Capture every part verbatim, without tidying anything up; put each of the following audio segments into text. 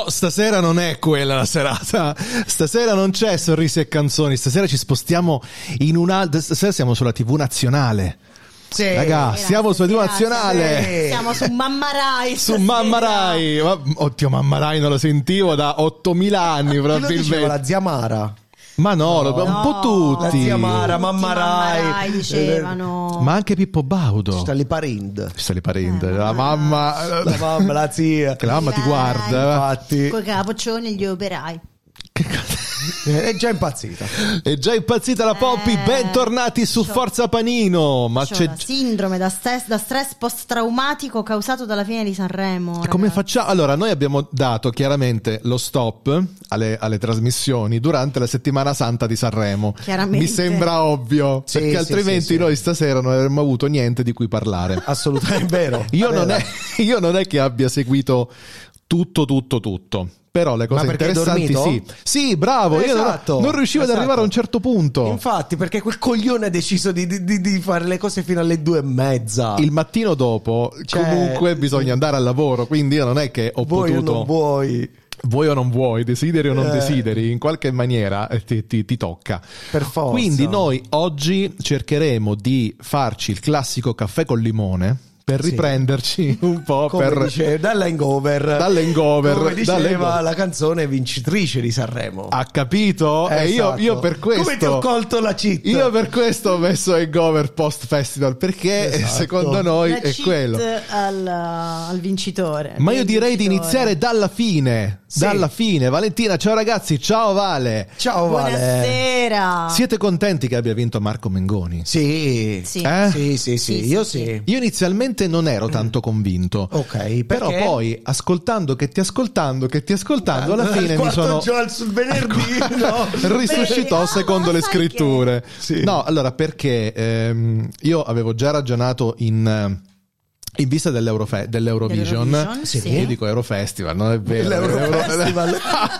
No, stasera non è quella la serata. Stasera non c'è Sorrisi e Canzoni. Stasera ci spostiamo in un'altra. Stasera siamo sulla tivù nazionale. Sì, raga, siamo sulla tivù nazionale. Sì. Siamo su Mamma Rai. Su Mamma Rai. Ma, oddio, Mamma Rai non lo sentivo da ottomila anni probabilmente. La zia Mara. Ma no, no, un po' tutti. La zia Mara, Mamma Rai, Mamma Rai dicevano. Ma anche Pippo Baudo. Ci sta le parind. Ci sta le parind. Eh, la mamma. La mamma, la zia. Che la mamma ti guarda. Infatti. Coi capoccioni gli operai. Che cazzo? È già impazzita. È già impazzita la Poppy. Eh, bentornati su Forza Panino. Ma c'è una sindrome da stress, da stress post-traumatico causato dalla fine di Sanremo. Come ragazzi. facciamo? Allora, noi abbiamo dato chiaramente lo stop alle, alle trasmissioni durante la settimana santa di Sanremo. Chiaramente. Mi sembra ovvio, Sì, perché sì, altrimenti sì, sì. noi stasera non avremmo avuto niente di cui parlare. Assolutamente vero. Io non, Vero. è, io non è che abbia seguito tutto, tutto, tutto. Però le cose Ma perché hai interessanti dormito? sì. Sì, bravo. Esatto, io non, non riuscivo esatto. ad arrivare a un certo punto. Infatti, perché quel coglione ha deciso di, di, di fare le cose fino alle due e mezza. Il mattino dopo, Cioè, comunque, bisogna andare al lavoro. Quindi io non è che ho vuoi potuto. o non vuoi. Vuoi o non vuoi, desideri o non Eh. desideri, in qualche maniera eh, ti, ti, ti tocca. Per forza. Quindi noi oggi cercheremo di farci il classico caffè col limone per Sì. riprenderci un po' Come per dice, dall'hangover. dall'hangover. Come diceva dall'hangover. la canzone vincitrice di Sanremo. Ha capito? E io, Esatto. io per questo Come ti ho colto la cheat? Io per questo ho messo hangover post festival, perché Esatto. secondo noi La è cheat quello. al, al vincitore. Ma io Del direi di vincitore. iniziare dalla fine. Sì. Dalla fine. Valentina, ciao ragazzi, ciao Vale. Ciao Vale. Buonasera. Siete contenti che abbia vinto Marco Mengoni? Sì. Sì. Eh? Sì, sì, sì, Sì, io sì, sì. sì. Io inizialmente non ero tanto convinto. Ok, Però perché? poi ascoltando che ti ascoltando che ti ascoltando alla fine mi Quarto sono giorno sul venerdì, no? risuscitò Perché? secondo Ah, le sai scritture. che- Sì. No, allora perché ehm, io avevo già ragionato in in vista dell'Eurofe- dell'Eurovision, Dell'Eurovision, sì. sì. Io dico Eurofestival, non è vero. L'Eurofestival.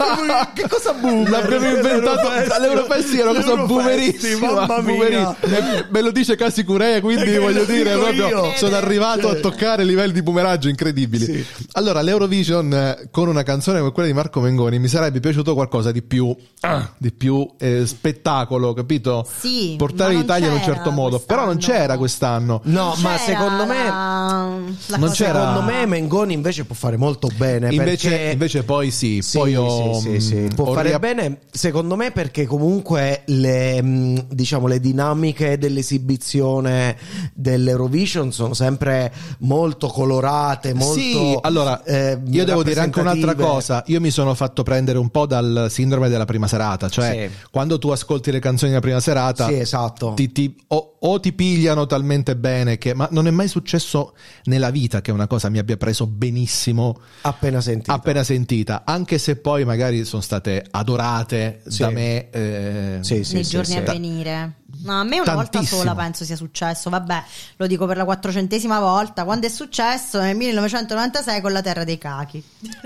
Che cosa boomer? L'abbiamo inventato all'Eurofestival, è una cosa boomerissima, Mamma mia. boomerissima. E me lo dice Casi Curea, quindi E voglio lo dire dico proprio io. sono arrivato Cioè. a toccare livelli di boomeraggio incredibili. Sì. Allora l'Eurovision eh, con una canzone come quella di Marco Mengoni mi sarebbe piaciuto qualcosa di più ah, di più eh, spettacolo, capito? Sì, Portare ma non l'Italia in un c'era certo modo, però non quest'anno. c'era quest'anno. No, ma C'era secondo me la- la Non cosa- c'era- secondo me Mengoni invece può fare molto bene, Invece, perché invece poi sì, Sì, poi ho, sì, sì, sì. mh, può ho fare ria- bene secondo me, perché comunque le mh, diciamo le dinamiche dell'esibizione dell'Eurovision sono sempre molto colorate, molto Sì, allora eh, io devo dire anche un'altra rappresentative. cosa. Io mi sono fatto prendere un po' dal sindrome della prima serata, cioè Sì. quando tu ascolti le canzoni della prima serata Sì, esatto. ti, ti- o, o ti pigliano talmente bene che, ma non è mai successo nella vita che una cosa mi abbia preso benissimo appena sentito. appena sentita, anche se poi magari sono state adorate Sì. da me eh, Sì, sì, nei sì, giorni sì. a venire. No, a me una volta Tantissimo. sola penso sia successo. Vabbè, lo dico per la quattrocentesima volta. Quando è successo? Nel millenovecentonovantasei con la Terra dei Cachi.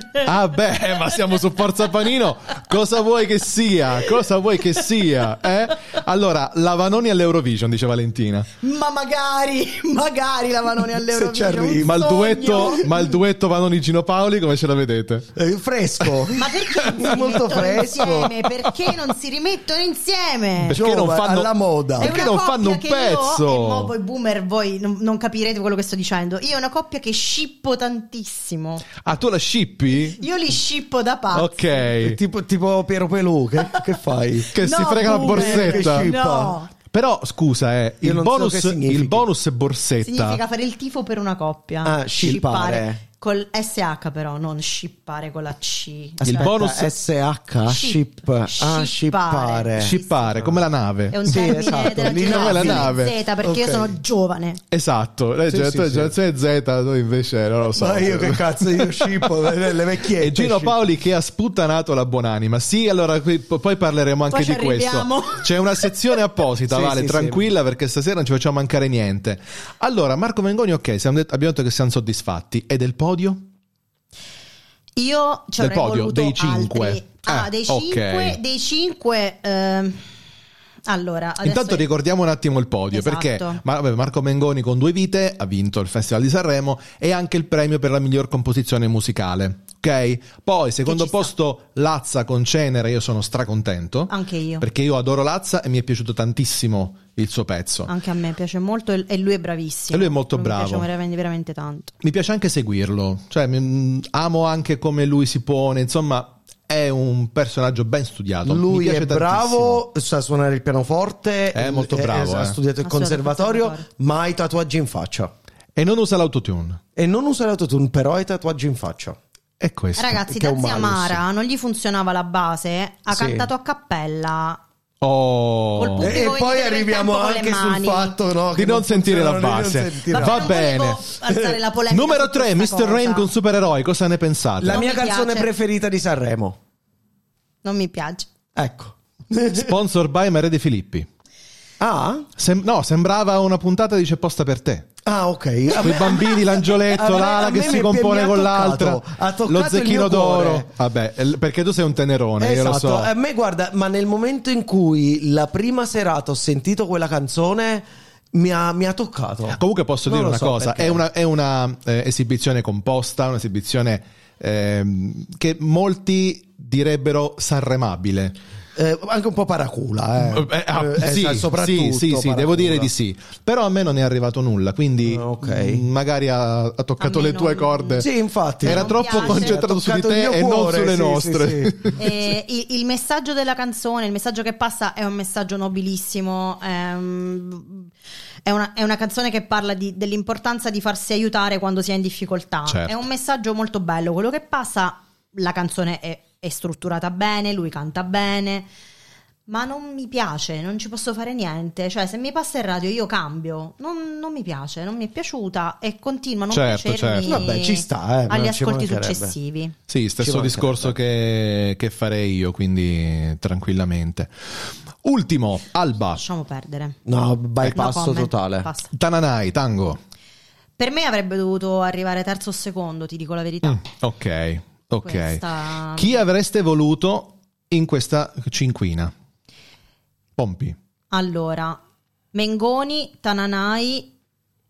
Ah beh, ma siamo su Forza Panino. Cosa vuoi che sia? Cosa vuoi che sia? Eh? Allora, la Vanoni all'Eurovision, dice Valentina. Ma magari, magari la Vanoni all'Eurovision. ci arrivi. un Ma il sogno. duetto, ma il duetto Vanoni Gino Paoli come ce la vedete? Eh, fresco. Ma perché non si Molto rimettono fresco. insieme? Perché non si rimettono insieme? Perché non Giova- fanno alla moda. È Perché una non coppia fanno un che pezzo? Io, e mo voi boomer, voi non, non capirete quello che sto dicendo. Io è una coppia che scippo tantissimo. Ah, tu la shippi? Io li scippo da pazzi. Ok. tipo, tipo Piero Pelù, che, che fai? Che si No, frega la boomer, borsetta. che scippa. No, Però scusa, eh, Io il non so bonus, che significhi. il bonus borsetta. significa fare il tifo per una coppia. Ah, scippare. Col S H però, non scippare con la C. Il Aspetta, bonus- S H Ship. ship, ah, Scippare. scippare. Scippare, come la nave. È un Sì, termine esatto, della lì come la generazione nave. Z, perché Ok. io sono giovane. Esatto, lei Sì, è sì, sì. generazione Z, noi invece non lo so. Ma io che cazzo, io scippo le, le vecchiette. E Gino scippo. Paoli che ha sputtanato la buonanima. Sì, allora qui- po- poi parleremo anche Poi ci di questo. arriviamo. C'è una sezione apposita, Sì, Vale, sì, tranquilla, perché stasera non ci facciamo mancare niente. Allora, Marco Mengoni, ok, siamo det- abbiamo detto che siamo soddisfatti. E del podio? Io ci Del avrei podio, voluto dei cinque. altri. Ah, Ah, dei ok. cinque, dei cinque ehm, allora, adesso Intanto ricordiamo un attimo il podio, Esatto. perché ma- vabbè, Marco Mengoni con Due Vite ha vinto il Festival di Sanremo e anche il premio per la miglior composizione musicale. ok? Poi secondo Che ci posto Lazza con Cenere, io sono stracontento. Anche io. Perché io adoro Lazza e mi è piaciuto tantissimo il suo pezzo. Anche a me piace molto e e lui è bravissimo. E lui è molto Mi bravo. piace veramente, veramente tanto. Mi piace anche seguirlo, cioè mi- amo anche come lui si pone, insomma è un personaggio ben studiato. Mi Lui piace è tantissimo. bravo, sa suonare il pianoforte, È molto bravo, ha eh. studiato il Ha studiato il conservatorio, conservatorio. ma ha i tatuaggi in faccia. E non usa l'autotune. E non usa l'autotune, però ha i tatuaggi in faccia. È questo. Ragazzi, che è da un zia malus. Mara non gli funzionava la base, ha Sì. cantato a cappella. Oh. Col pubblico E, e che poi gli deve il arriviamo tempo con le anche sul mani. fatto no, Di che non sentire la funziona, di non base. sentire la Va non bene. volevo alzare la polemica Numero su tre, questa mister cosa. Rain con Supereroi, cosa ne pensate? La Non mia mi canzone piace. preferita di Sanremo. Non mi piace. Ecco. Sponsor by Mare De Filippi. Ah? Sem- no, sembrava una puntata di C'è posta per te. Ah, ok. A Quei me- bambini, l'angioletto, a me- l'ala a che me si mi- compone mi ha con toccato. l'altra, Ha toccato lo il zecchino mio d'oro. cuore. Vabbè, l- perché tu sei un tenerone, io Esatto, lo so. a me guarda, ma nel momento in cui la prima serata ho sentito quella canzone mi ha, mi ha toccato. Comunque posso Non dire lo una so cosa, perché. è una, è una eh, esibizione composta, un'esibizione ehm, che molti direbbero sanremabile. Eh, anche un po' paracula, eh. Eh, ah, Eh, sì, eh, soprattutto sì, sì, sì, paracula. devo dire di sì. Però a me non è arrivato nulla, quindi Ah, ok. mh, magari ha, ha toccato A me le tue non- corde. Sì, infatti. Era non troppo piace. concentrato su di Ha toccato il te mio e non cuore, sulle sì, nostre. sì, sì. E il, il messaggio della canzone, il messaggio che passa è un messaggio nobilissimo. ehm, È una, è una canzone che parla di- dell'importanza di farsi aiutare quando si è in difficoltà. Certo. È un messaggio molto bello. Quello che passa, la canzone è, è strutturata bene, lui canta bene. Ma non mi piace, non ci posso fare niente. Cioè, se mi passa il radio io cambio. Non, non mi piace, non mi è piaciuta e continua a non Certo, piacermi certo. Vabbè, ci sta, eh, ma agli non ci ascolti mancherebbe. successivi. Sì, Ci stesso mancherebbe. discorso che, che farei io, quindi tranquillamente. Ultimo, Alba, Lasciamo perdere. No, No bypasso comment. totale. Basta. Tananai, Tango. Per me avrebbe dovuto arrivare terzo o secondo, ti dico la verità. Mm, ok, ok. Questa- Chi avreste voluto in questa cinquina? Pompi. Allora, Mengoni, Tananai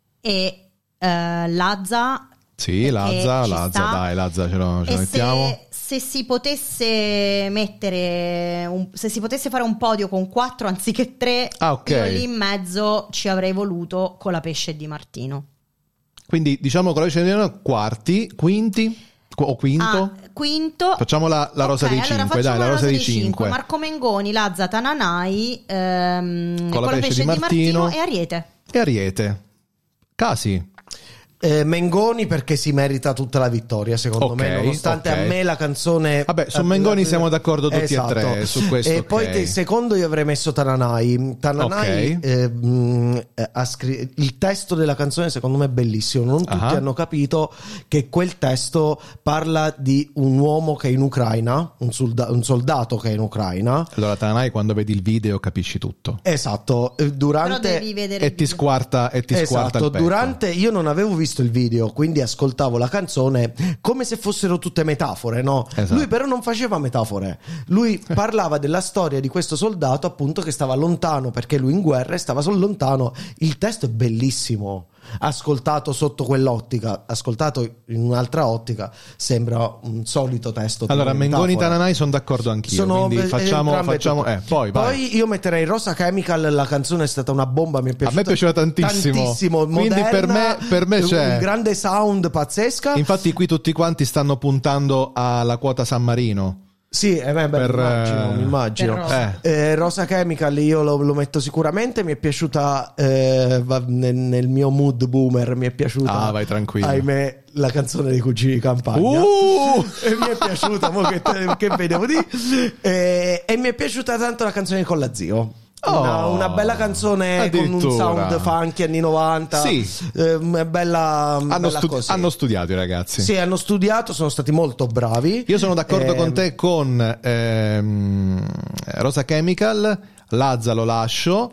e eh, Lazza. Sì, perché Lazza, ci Lazza, sta. dai, Lazza ce lo, ce lo E mettiamo. se, se si potesse mettere un- se si potesse fare un podio con quattro anziché tre, Ah, ok. io lì in mezzo ci avrei voluto con la Pesce Di Martino. Quindi diciamo con la vicenda quarti, quinti qu- o quinto. Ah, quinto. Facciamo la, la rosa Ok, dei allora cinque, facciamo dai, la rosa dei cinque. Marco Mengoni, Lazza, Tananai, ehm, Con la Pesce Di Martino. e Ariete. E Ariete. Casi. Eh, Mengoni perché si merita tutta la vittoria secondo Ok, me, nonostante ok. a me la canzone Vabbè, su Mengoni siamo d'accordo tutti Esatto. e tre su questo. E ok. poi te- secondo io avrei messo Tananai. Tananai Ok. eh, mh, eh, ha scri- il testo della canzone secondo me è bellissimo. Non tutti Ah. hanno capito che quel testo parla di un uomo che è in Ucraina, un, solda- un soldato che è in Ucraina. Allora, Tananai, quando vedi il video capisci tutto. Esatto, eh, Però durante devi vedere E il ti video. squarta, e ti squarta Esatto, il petto. durante io non avevo visto il video, quindi ascoltavo la canzone come se fossero tutte metafore, no? Esatto. Lui però non faceva metafore. Lui parlava della storia di questo soldato, appunto, che stava lontano perché lui in guerra e stava solo lontano. Il testo è bellissimo. Ascoltato sotto quell'ottica, ascoltato in un'altra ottica, sembra un solito testo. di Allora, Mengoni e metafora. Tananai sono d'accordo anch'io. Sono quindi eh, facciamo, entrambe facciamo tutte. eh, poi, vai. Poi io metterei Rosa Chemical, la canzone è stata una bomba, mi è A piaciuta me piaceva tantissimo. tantissimo, Quindi moderna, per me- per me c'è. un grande sound pazzesca. Infatti qui tutti quanti stanno puntando alla quota San Marino. Sì, eh, beh, beh, Per, mi immagino, eh, mi immagino. per Rosa. Eh. Eh, Rosa Chemical io lo, lo metto sicuramente. Mi è piaciuta eh, va- nel, nel mio mood boomer. Mi è piaciuta, Ah, vai tranquillo. ahimè, la canzone dei Cugini di Campagna. Uh! E mi è piaciuta, mo che, che vedevo di. Eh, e mi è piaciuta tanto la canzone con la Zio. Una, Oh, una bella canzone con un addirittura. sound funky anni novanta. Sì. Eh, bella, Hanno, bella studi- così. hanno studiato i ragazzi. Sì, hanno studiato, sono stati molto bravi. Io sono d'accordo Eh, con te con ehm, Rosa Chemical, Lazza lo lascio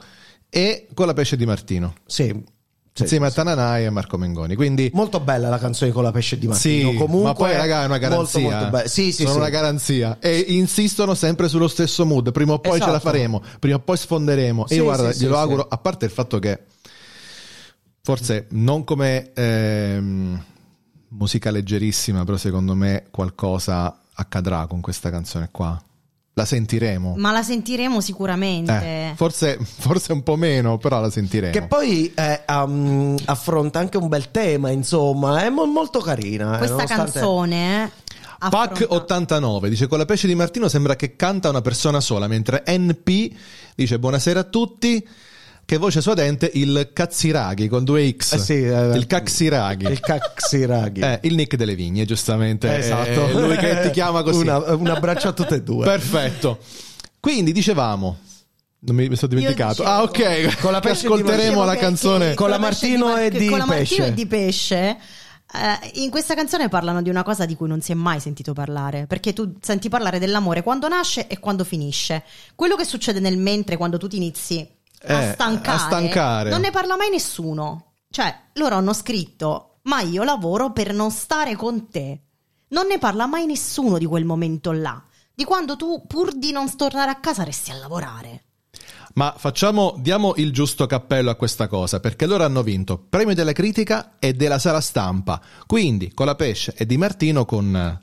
e con la Pesce Di Martino. Sì. Sì, insieme sì. a Tananai e Marco Mengoni. Quindi Molto bella la canzone con la Pesce di Martino. sì, Comunque, ma poi raga è una garanzia. Molto, molto bella. Sì, sì, sono sì. una garanzia e insistono sempre sullo stesso mood. Prima o poi Esatto. ce la faremo, prima o poi sfonderemo. Sì, e io guarda, sì, glielo sì, auguro, sì. a parte il fatto che forse non come ehm, musica leggerissima, però secondo me qualcosa accadrà con questa canzone qua. La sentiremo. Ma la sentiremo sicuramente. Eh, forse, forse un po' meno, però la sentiremo. Che poi eh, um, affronta anche un bel tema, insomma, è mo- molto carina. Questa eh, nonostante... canzone eh, Pac affronta... ottantanove dice: con la pesce di Martino sembra che canta una persona sola, mentre N P dice: buonasera a tutti. Che voce suadente il Cazziraghi con due X. Eh sì, eh, il Cazziraghi. Il Cazziraghi. Eh, il Nick delle Vigne, giustamente. Esatto. È lui che ti chiama così. Una, un abbraccio a tutte e due. Perfetto. Quindi dicevamo, non mi, mi sono dimenticato. Dicevo, ah, ok. Con la pesce ascolteremo di la che- canzone. che- Con la la pesce Martino Mar- e di con la Martino pesce. e di pesce. Eh, in questa canzone parlano di una cosa di cui non si è mai sentito parlare, perché tu senti parlare dell'amore quando nasce e quando finisce. Quello che succede nel mentre, quando tu ti inizi a, Eh, stancare, a stancare. non ne parla mai nessuno. Cioè, loro hanno scritto: ma io lavoro per non stare con te. Non ne parla mai nessuno di quel momento là, di quando tu, pur di non tornare a casa, resti a lavorare. Ma facciamo, diamo il giusto cappello a questa cosa, perché loro hanno vinto premio della critica e della sala stampa. Quindi con la pesce e Di Martino con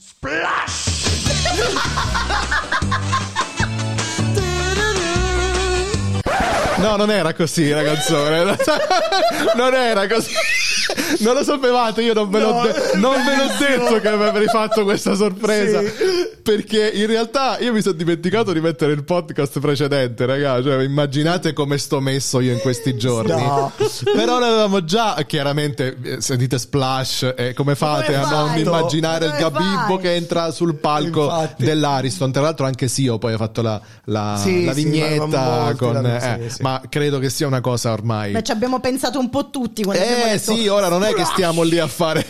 No, non era così la canzone. Non era così. Non lo sapevate, io non ve l'ho, No, de- non ve l'ho detto che avrei fatto questa sorpresa. Sì. Perché in realtà io mi sono dimenticato di mettere il podcast precedente, ragazzi. Cioè, immaginate come sto messo io in questi giorni. No. Però l'avevamo già, chiaramente, eh, sentite Splash, e come fate Come a non fai? immaginare il Come Gabibbo fai? che entra sul palco Infatti. dell'Ariston? Tra l'altro anche Sio poi ha fatto la, la, Sì, la sì, vignetta ma- ma con... molti l'hanno- eh, sì, sì. Ma credo che sia una cosa ormai... Beh, ci abbiamo pensato un po' tutti quando abbiamo Eh detto, sì, ora non è che stiamo lì a fare...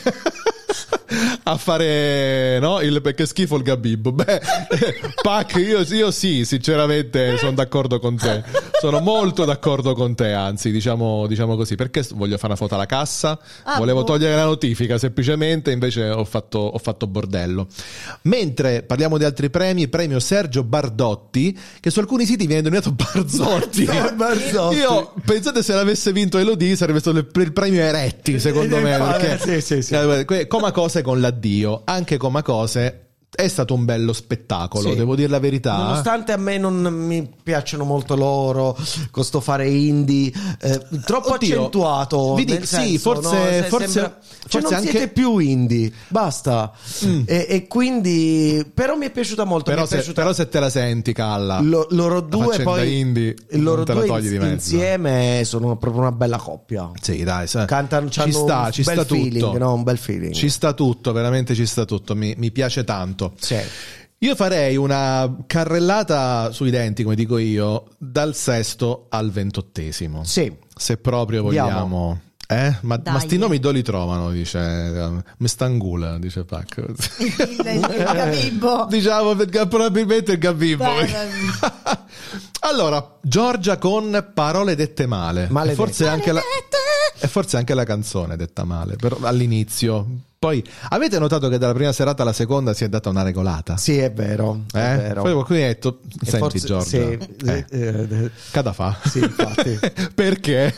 a fare, no? Il, perché schifo il Gabibbo. Beh, Pac, io, io sì, sinceramente sono d'accordo con te. Sono molto d'accordo con te, anzi, diciamo, diciamo così. Perché voglio fare una foto alla cassa? Ah, Volevo boh. togliere la notifica, semplicemente, invece ho fatto, ho fatto bordello. Mentre parliamo di altri premi, premio Sergio Bardotti, che su alcuni siti viene denominato Barzotti. Barzotti. Io, pensate se l'avesse vinto Elodie, sarebbe stato il, il premio Eretti, secondo me. Perché, Sì, sì, sì. eh, que- Comacose con l'addio, anche Comacose è stato un bello spettacolo, Sì. devo dire la verità. Nonostante a me non mi piacciono molto loro, con sto fare indie eh, troppo Oddio, accentuato. vi dico- nel sì, senso, forse- no? Se forse- sembra- cioè forse non anche- siete più indie, basta. Mm. E, e quindi, però mi è piaciuta molto. Però mi è se, piaciuta- però se te la senti, Calla, Lo- loro la due faccenda poi indie, loro non te la due togli di mezzo. insieme sono proprio una bella coppia. Sì, dai, sa- Cantano, ci c'hanno sta, un ci bel sta feeling, tutto. no? Un bel feeling. Ci sta tutto, veramente ci sta tutto. Mi, mi piace tanto. Sì. Io farei una carrellata sui denti, come dico io, dal sesto al ventottesimo. Sì. Se proprio Andiamo. vogliamo. Eh? Ma, Dai. ma sti nomi dove li trovano? Dice Mestangula, dice Pac. il, il Gabibbo. Diciamo perché probabilmente il Gabibbo. Dai, dai. Allora, Giorgia con Parole dette male. Maledette. E forse anche la e forse anche la canzone detta male, però all'inizio. Poi avete notato che dalla prima serata alla seconda si è data una regolata? Sì, è vero. È Eh? vero. Poi qualcuno ha detto: E senti forse- Giorgia, sì, eh, eh, eh, cada fa. Sì, infatti. Perché?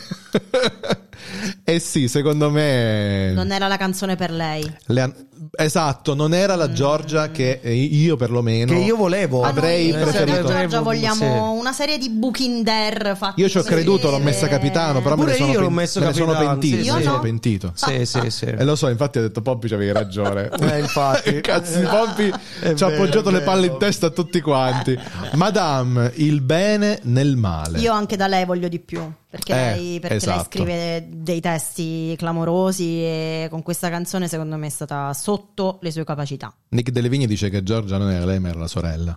Eh sì, secondo me Non era la canzone per lei. le han- esatto, non era la Giorgia che eh, io perlomeno Che io volevo. Ma avrei noi, preferito. da Giorgia Sì. vogliamo una serie di Booking Der fatti Io ci ho creduto, l'ho vedere. messa capitano, però me Pure ne sono, io l'ho pen- messo me ne sono capitano, pentito, sì, me ne sì. sono Io no. pentito. Sì, sì, sì. E lo so, infatti ha detto Poppi c'avevi ragione. Eh, infatti. Cazzo di Poppi È ci ha vero, appoggiato è le vero. palle in testa a tutti quanti. Madame, il bene nel male. Io anche da lei voglio di più, perché, Eh, lei, perché lei esatto. scrive dei testi clamorosi e con questa canzone secondo me è stata sotto le sue capacità. Nick Delle Vigne dice che Giorgia non era lei, ma era la sorella.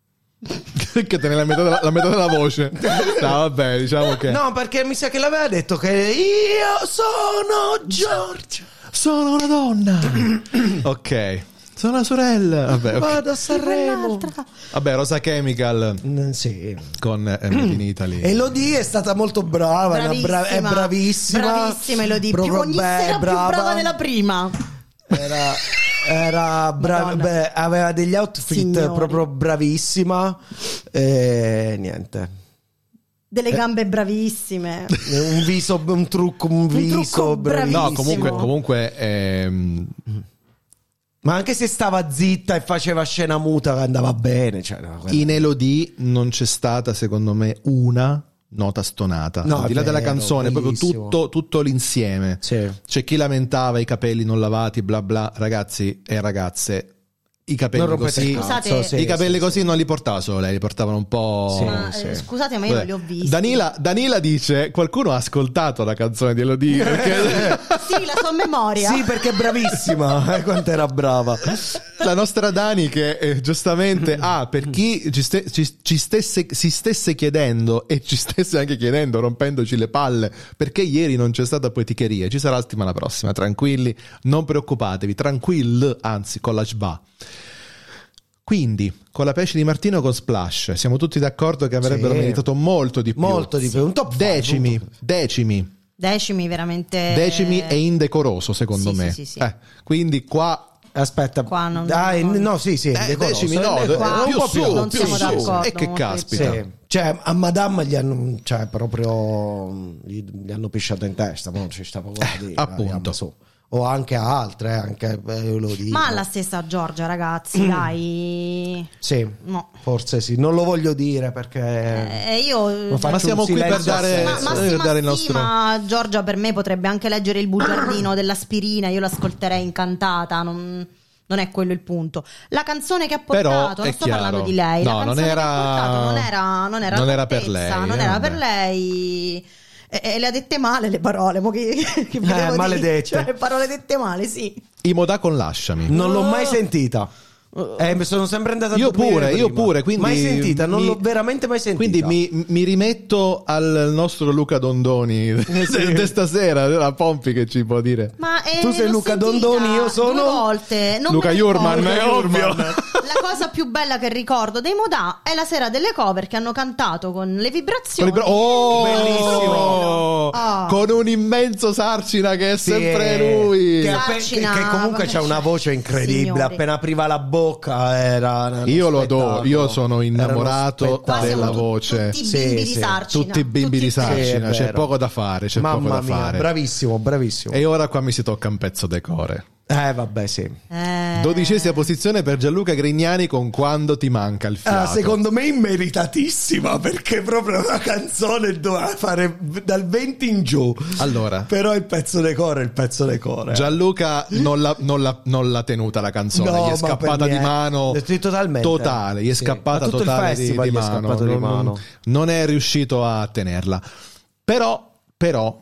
Che te ne la metà della, la metà della voce. No, vabbè, diciamo che No, perché mi sa che l'aveva detto che io sono Giorgia. sono una donna. Ok, sono la sorella. Vabbè, ok. Vado a Sanremo. Quell'altra. Vabbè, Rosa Chemical Mm, Sì. con eh, Made in Italy. Elodie è stata molto brava, è, una bra- è bravissima. Bravissima Elodie, più, Proprio ogni be- sera più brava della prima. Era, era bra- Madonna. beh, aveva degli outfit Signori. proprio bravissima. E niente. delle gambe bravissime, un viso, un trucco, un viso trucco bravissimo. No, comunque, comunque ehm, ma anche se stava zitta e faceva scena muta andava bene, cioè, no, quella- in Elodie non c'è stata secondo me una nota stonata, No, al di là è della vero, canzone, proprio bellissimo. tutto, tutto l'insieme. Sì. C'è chi lamentava i capelli non lavati, bla bla. Ragazzi e ragazze, i capelli Non rompete così, il cazzo, Scusate, sì, i capelli sì, così sì. non li portava solo lei, li portavano un po'. Sì. ma, sì. eh, scusate, ma io non li ho visti. Danila, Danila dice: qualcuno ha ascoltato la canzone di Elodie? Perché Sì, la sua memoria. Sì, perché è bravissima. Eh, quanto era brava. la nostra Dani che eh, giustamente ah, per chi ci, ste- ci- ci stesse, si stesse chiedendo e ci stesse anche chiedendo, rompendoci le palle, perché ieri non c'è stata poeticheria, ci sarà la settimana prossima, tranquilli, non preoccupatevi, tranquill, anzi con la shba. Quindi con la pesce di Martino con Splash siamo tutti d'accordo che avrebbero Sì. meritato molto di più, Molto di più, un top five, decimi, un top- decimi Decimi veramente. decimi e indecoroso secondo Sì, me. sì, sì, sì. Eh, quindi qua Aspetta, Qua non- dai, non- no, sì, sì, eh, decoroso, decimi no, è eh, decoroso. più un po' su, più, non più siamo su. d'accordo, E che molto caspita. Sì. Cioè, a Madame gli hanno, cioè, proprio gli, gli hanno pisciato in testa, ma non ci sta poco da dire, appunto. raga, su. O anche a altre, anche eh, lo dico. Ma la stessa Giorgia, ragazzi, dai. Sì, No. forse sì, non lo voglio dire perché Eh, io. lo faccio Ma siamo un qui per silenzio dare- Ma, assenso. ma eh, sì, dare il ma nostro- sì, ma Giorgia per me potrebbe anche leggere il bugiardino dell'aspirina, io l'ascolterei incantata, non, non è quello il punto. La canzone che ha Però portato, è non sto chiaro. parlando di lei, No, la non canzone era- che ha portato non era, non era, non era per all'altezza, lei, non eh, era vabbè. per lei. E, e le ha dette male le parole, mo che, che volevo dire? maledette. Cioè, parole dette male, sì. Imoda con Lasciami. Non l'ho mai sentita. Eh, mi sono sempre andata a Io dormire pure, io prima. pure, quindi mai sentita, non mi- l'ho veramente mai sentita. Quindi mi, mi rimetto al nostro Luca Dondoni sì. di stasera, la Pompi che ci può dire. Ma eh, Tu sei l'ho Luca sentita Dondoni, io sono- due volte. Non Luca me ne Jurman, ricordo. è ovvio. La cosa più bella che ricordo dei Modà è la sera delle cover che hanno cantato con le vibrazioni. Con i bra- oh, Bellissimo. Ah. Con un immenso Sarcina che è Sì, sempre lui. Che, appe- Sarcina, che- che comunque vabbè, c'ha una voce incredibile. signori. Appena apriva la bocca era. uno Io lo adoro, spettacolo. io sono Era uno innamorato spettacolo. Qua siamo della tu- voce. tutti Sì, bimbi sì. di Sarcina. Tutti i bimbi di Sì, è Sarcina, c'è vero. poco da fare, c'è poco Mamma da mia, fare. bravissimo, bravissimo. E ora qua mi si tocca un pezzo decore. Eh, vabbè, sì. Eh. Dodicesima posizione per Gianluca Grignani con Quando ti manca il fiato. Ah, secondo me immeritatissima perché proprio una canzone doveva fare dal venti in giù. Allora, Però il pezzo decore è il pezzo decore. Gianluca non l'ha, non l'ha- non l'ha tenuta la canzone, No, gli è ma scappata per di niente. mano Sì, totalmente. totale, gli è Sì. scappata Ma tutto il totale di, festival di gli è mano. scappato di Non- non- mano. non è riuscito a tenerla. Però, però,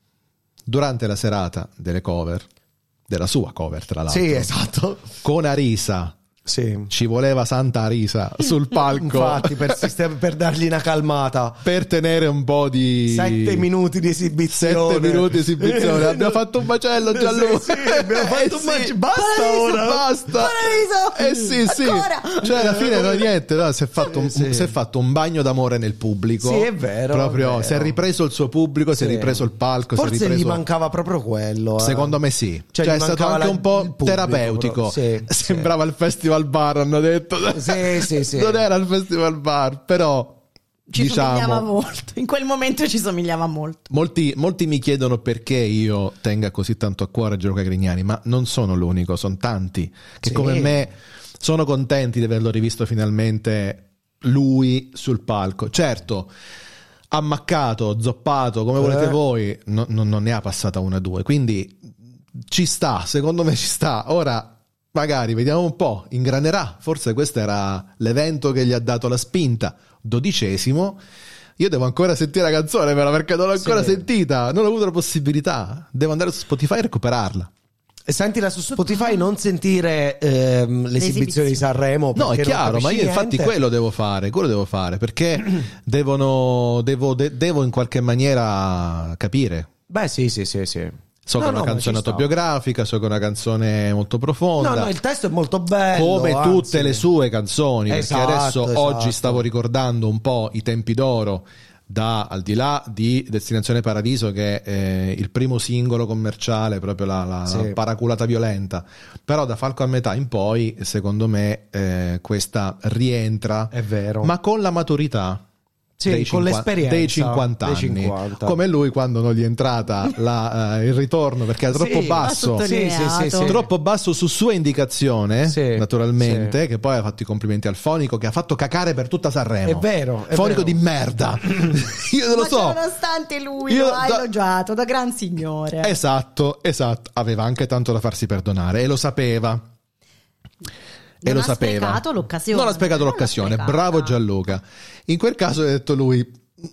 durante la serata delle cover, della sua cover tra l'altro, Sì, esatto. con Arisa, Sì. ci voleva Santa Arisa sul palco Infatti, per, sistem- per dargli una calmata. per tenere un po' di Sette minuti di esibizione. Sette minuti di esibizione. Abbiamo fatto un macello, Gianluca. Sì, sì, abbiamo fatto Eh un sì. macello. Basta Paradiso, ora. Basta. Paradiso. Eh sì, sì. Ancora. Cioè, alla fine no, niente. No, si, è fatto un, Sì. si è fatto un bagno d'amore nel pubblico. Sì, è vero, Proprio è vero. si è ripreso il suo pubblico, si è Sì. ripreso il palco. si è Forse ripreso... gli mancava proprio quello. eh. Secondo me sì. Cioè, Cioè, gli è stato mancava anche la- un po' il pubblico, terapeutico. però. Sì, sì. Sembrava il festival bar, hanno detto. Sì, sì, sì. Non era il festival bar, però Ci somigliava diciamo. molto. In quel momento ci somigliava molto. Molti, molti mi chiedono perché io tenga così tanto a cuore Gianluca Grignani, ma non sono l'unico, sono tanti che Sì. come me sono contenti di averlo rivisto finalmente lui sul palco. Certo, ammaccato, zoppato, come volete Eh. voi, no- no- non ne ha passata una o due, quindi ci sta, secondo me ci sta. Ora magari vediamo un po', ingranerà, forse questo era l'evento che gli ha dato la spinta. Dodicesimo. Io devo ancora sentire la canzone però, perché non l'ho ancora Sì. sentita, non ho avuto la possibilità, devo andare su Spotify e recuperarla. E sentila su Spotify, non sentire ehm, l'esibizione di Sanremo. No, è perché non chiaro, ma capisci io infatti niente. quello devo fare, quello devo fare, perché devono, devo, de- devo in qualche maniera capire. Beh, sì, sì, sì, sì. So No, che è una no, ma canzone ci sta. autobiografica, so che è una canzone molto profonda. No, no, il testo è molto bello. come anzi. tutte le sue canzoni, Esatto, perché adesso esatto. oggi stavo ricordando un po' i tempi d'oro da al di là di Destinazione Paradiso, che è eh, il primo singolo commerciale, proprio la, la, Sì. la paraculata violenta, però da Falco a metà in poi secondo me eh, questa rientra, È vero. ma con la maturità, Sì, dei, con l'esperienza dei cinquanta anni, dei cinquanta. come lui quando non gli è entrata la, uh, il ritorno perché era troppo Sì, basso, sì, sì, sì, sì. troppo basso su sua indicazione, Sì, naturalmente, sì. che poi ha fatto i complimenti al fonico che ha fatto cacare per tutta Sanremo. È vero, è fonico vero. di merda. Io te lo Ma so. nonostante lui Io lo ha da- elogiato da gran signore. Esatto, esatto, aveva anche tanto da farsi perdonare e lo sapeva. E Non lo ha sapeva. sprecato l'occasione. Non ha sprecato Non l'ha l'occasione. sprecata. Bravo Gianluca. In quel caso ha detto lui: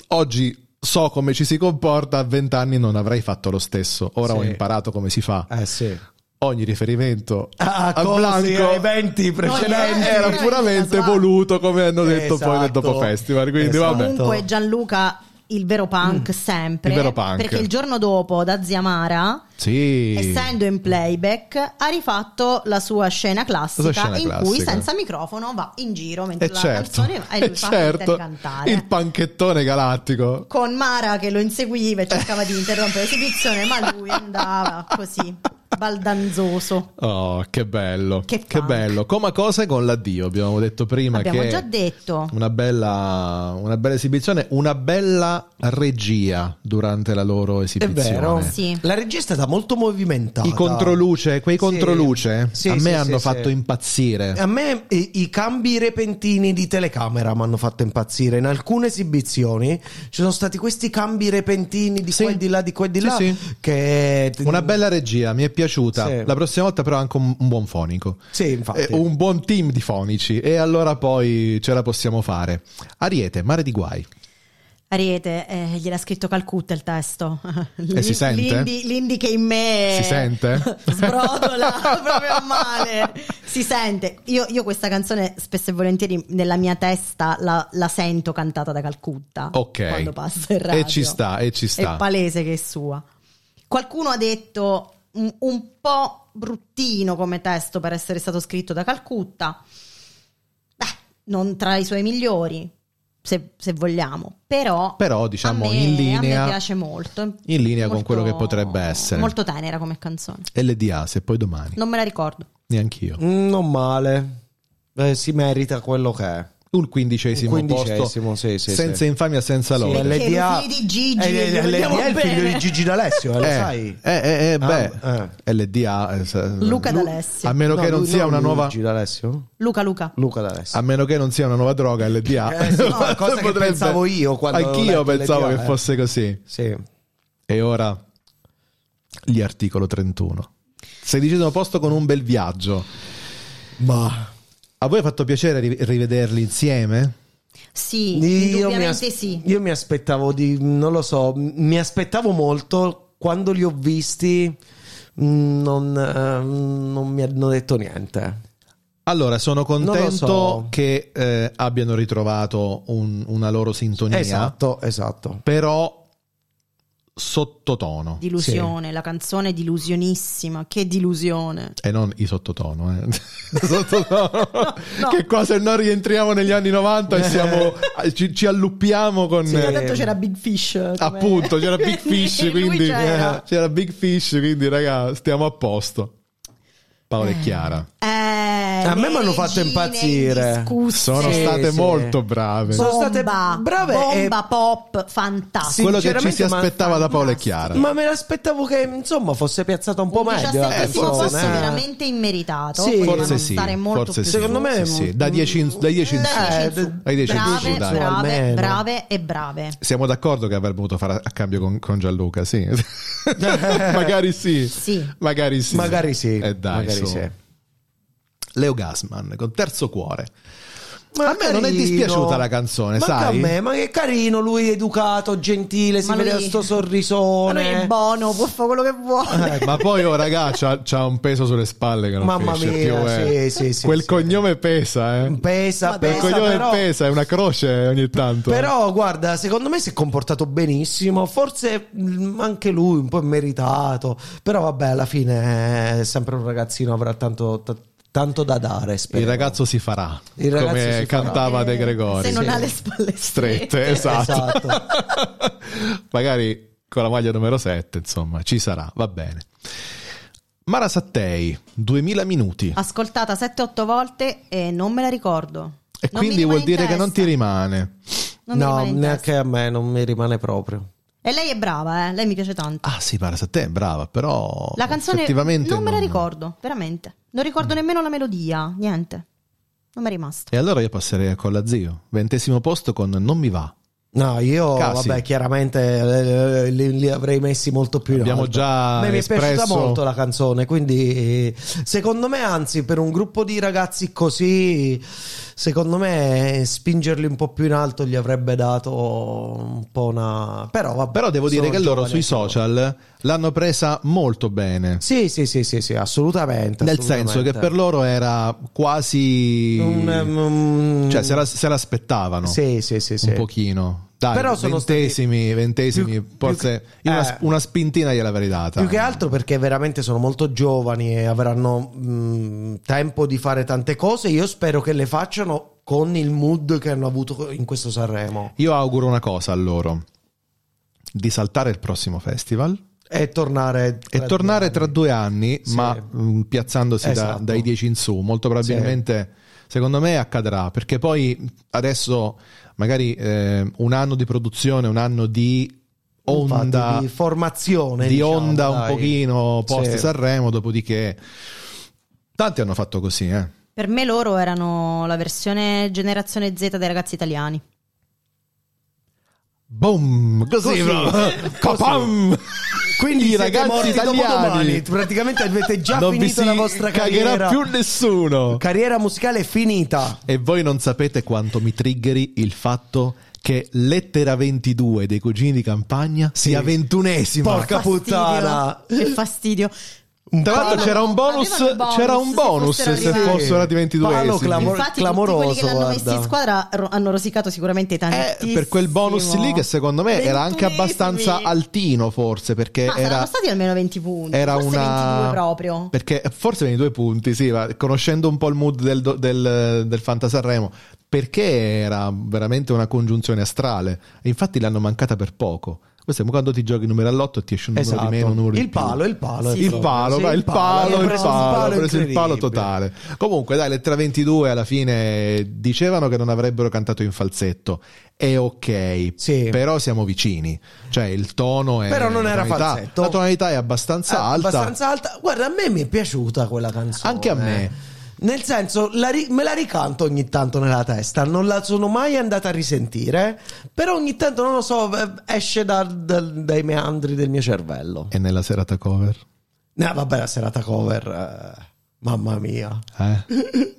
oggi so come ci si comporta, a vent'anni non avrei fatto lo stesso. Ora Sì. ho imparato come si fa. Eh sì. Ogni riferimento Ah, a cose, Blanco a eventi precedenti. era Eh, puramente esatto. voluto, come hanno detto poi nel Esatto. dopo festival. Quindi Esatto. vabbè. Comunque Gianluca il vero punk sempre, Il vero punk. perché il giorno dopo da Zia Mara, Sì. essendo in playback, ha rifatto la sua scena classica La sua scena in classica. cui senza microfono va in giro mentre E la certo, canzone va e e lui fa certo, finta di cantare. il panchettone galattico. Con Mara che lo inseguiva e cercava di interrompere l'esibizione, ma lui andava così baldanzoso. Oh, che bello. Che Che punk. bello. Come cose con l'addio, abbiamo detto prima Abbiamo che già detto. una bella una bella esibizione, una bella regia durante la loro È esibizione. vero. Sì. La regia è stata molto movimentata. I controluce, quei Sì. controluce Sì, a me sì, hanno sì, fatto sì. impazzire. A me i, i cambi repentini di telecamera mi hanno fatto impazzire. In alcune esibizioni ci sono stati questi cambi repentini di Sì. qua e di là, di qua e di Sì, là. sì. Che Una bella regia, mi è piaciuta. Sì. La prossima volta però anche un, un buon fonico. Sì, infatti. Eh, un buon team di fonici e allora poi ce la possiamo fare. Ariete, Mare di guai. Ariete, eh, gliel'ha scritto Calcutta il testo. E si sente? L'indie, l'indie che in me Si sente? sbrodola proprio male. Si sente. Io, io questa canzone spesso e volentieri nella mia testa la, la sento cantata da Calcutta. Ok. Quando passa in radio. E ci sta, e ci sta. È palese che è sua. Qualcuno ha detto un, un po' bruttino come testo per essere stato scritto da Calcutta. Beh, non tra i suoi migliori. Se, se vogliamo, però, Però, diciamo, a me, in linea- a me piace molto, in linea con Molto- quello che potrebbe essere. molto tenera come canzone. L D A, se poi domani. Non me la ricordo. Neanch'io. Mm, non male. Eh, si merita quello che è. Un quindicesimo, Un quindicesimo, posto, sì, sì, senza sì. infamia, senza Sì, lode. Perché L D A lo figli di Gigi, eh, gli eh, vogliamo L D A è il figlio bene. di Gigi D'Alessio, eh, lo Eh, sai? eh, eh, eh, beh, Ah, L D A eh, sa- Luca Lu- D'Alessio. a meno No, che non lui- sia una lui, nuova Gigi D'Alessio? Luca Luca. Luca D'Alessio. a meno che non sia una nuova droga L D A. Eh, sì, no, è cosa che pensavo io quando avevo anch'io letto pensavo L D A, che eh. fosse così. Sì. E ora gli articolo trentuno. Sedicesimo posto con Un bel viaggio. Ma A voi ha fatto piacere ri- rivederli insieme? Sì, io mi, indubbiamente as- sì. io mi aspettavo di, non lo so, mi aspettavo molto. Quando li ho visti mh, non, eh, non mi hanno detto niente. Allora, sono contento so. che eh, abbiano ritrovato un- una loro sintonia, Esatto, esatto. però sottotono Dilusione, la canzone è dilusionissima. Che dilusione. e non i sottotono, eh. Sottotono. no. Che qua se non rientriamo negli anni novanta e siamo, ci, ci alluppiamo con Sì. eh, Tanto c'era Big Fish. come- appunto c'era Big Fish, Lui quindi c'era. eh, c'era Big Fish, quindi raga stiamo a posto. Paola e Chiara Eh, A me le m'hanno fatto regine impazzire. indiscusse. sono Sì, state sì. molto brave. Sono state Bomba, brave bomba e- pop fantastico. Quello che ci si sinceramente, ma- aspettava da Paola e Chiara. Ma me l'aspettavo che insomma fosse piazzata un po' Un meglio la diciassettesimo forse posto canzone. sì. veramente immeritato. Sì. Potevano Forse sì, stare molto forse più sì. su. Secondo me Sì, sì. Da dieci in, da dieci in Da su. dieci in Eh, su. dai dieci in brave, su, dai. brave, Almeno. brave e brave. Siamo d'accordo che avrebbe dovuto fare a cambio con, con Gianluca, sì. Magari sì. Sì. Magari sì. Magari sì. E dai, magari su. sì. Leo Gassman con Terzo Cuore. Ma a me non è carino. dispiaciuta la canzone, Ma sai? a me, ma che carino, lui educato, gentile, si Ma vede lui- sto Ma sorrisone. lui è buono, può fare quello che vuole. Ma poi, oh, raga, c'ha, c'ha un peso sulle spalle che non Mamma finisce mia, più. eh. sì, sì, sì, Quel sì. cognome pesa, eh. Pesa, Ma Quel pesa, cognome però, pesa, è una croce ogni tanto. però guarda, secondo me si è comportato benissimo, forse mh, anche lui un po' meritato, però vabbè, alla fine è sempre un ragazzino, avrà tanto, t- tanto da dare, spero. Il ragazzo si farà, Il ragazzo come si farà. cantava De Eh, Gregori. se non sì. ha le spalle Strette, esatto. Esatto. Magari con la maglia numero sette, insomma, ci sarà, va bene. Mara Sattei, duemila minuti. Ascoltata sette otto volte e non me la ricordo. E Non mi quindi rimane vuol in dire che non ti testa. rimane. Non mi No, rimane in neanche testa. a me non mi rimane proprio. E lei è brava, eh? Lei mi piace tanto. Ah sì, Paras a te è brava, però La canzone effettivamente non me la ricordo, veramente. Non ricordo nemmeno la melodia, niente. Non mi è rimasto. E allora io passerei a Colla Zio, ventesimo posto con Non mi va. No, io Casi. vabbè, chiaramente eh, li, li avrei messi molto più in Abbiamo alto. già A me mi è piaciuta espresso- molto la canzone, quindi secondo me, anzi, per un gruppo di ragazzi così, secondo me spingerli un po' più in alto gli avrebbe dato un po' una... Però vabbè, Però devo dire sono che loro giovani sui anche loro. social l'hanno presa molto bene. Sì, sì, sì, sì, sì, assolutamente. Nel senso che per loro era quasi... Un, um, Cioè se, la, se l'aspettavano Sì, sì, sì, sì. un pochino. Dai, Però sono ventesimi, ventesimi, più- forse più- io una, eh. una spintina gliel'avrei data. Più che altro perché veramente sono molto giovani e avranno mh, tempo di fare tante cose. Io spero che le facciano con il mood che hanno avuto in questo Sanremo. Io auguro una cosa a loro: di saltare il prossimo festival E tornare e tornare tra due anni, Sì. ma mh, piazzandosi da- Esatto. dai dieci in su. Molto probabilmente, secondo me, accadrà, perché poi adesso magari eh, un anno di produzione, un anno di onda, Infatti, di formazione di diciamo, onda un dai. pochino post Sì. Sanremo, dopodiché tanti hanno fatto così, eh. Per me loro erano la versione generazione Z dei ragazzi italiani. Boom! Così, Così. proprio. Capam! Quindi i siete ragazzi morti italiani dopodomani. Praticamente avete già non vi finito si la vostra cagherà carriera. più nessuno. Carriera musicale è finita. E voi non sapete quanto mi triggeri il fatto che Lettera ventidue dei Cugini di Campagna sia ventunesima. Porca Fastidio. puttana. Che fastidio. Un Tra l'altro palo- c'era un bonus, Avevano il bonus, c'era un se bonus se, fossero fossero arrivati. arrivati ventiduesimi. Palo clamor- Infatti clamoroso, tutti quelli che l'hanno guarda. messo in squadra ro- hanno rosicato sicuramente Eh, tantissimo. per quel bonus lì che secondo me era anche ventunesimi. abbastanza altino, forse, perché Ma era saranno stati almeno venti punti. era Forse una ventidue proprio. perché forse ventidue punti, sì, ma conoscendo un po' il mood del, do- del, del Fanta Sanremo, perché era veramente una congiunzione astrale. E infatti l'hanno mancata per poco. Questo è quando ti giochi il numero all'otto e ti esce un numero Esatto. di meno, un numero di Il più. palo, il palo. Sì, è Il proprio, palo, sì, va, il palo, Ha il preso palo, un ha preso il palo incredibile. totale. Comunque, dai, Lettera ventidue alla fine dicevano che non avrebbero cantato in falsetto. È ok, Sì. però siamo vicini. Cioè, il tono è. Però non la era tonalità- falsetto. La tonalità è abbastanza Eh, alta. abbastanza alta. Guarda, a me mi è piaciuta quella canzone. Anche a me. Nel senso, la ri- me la ricanto ogni tanto nella testa. Non la sono mai andata a risentire. Però ogni tanto, non lo so, eh, esce da- da- dai meandri del mio cervello. E nella serata cover? No, vabbè, la serata cover. eh, mamma mia. Eh?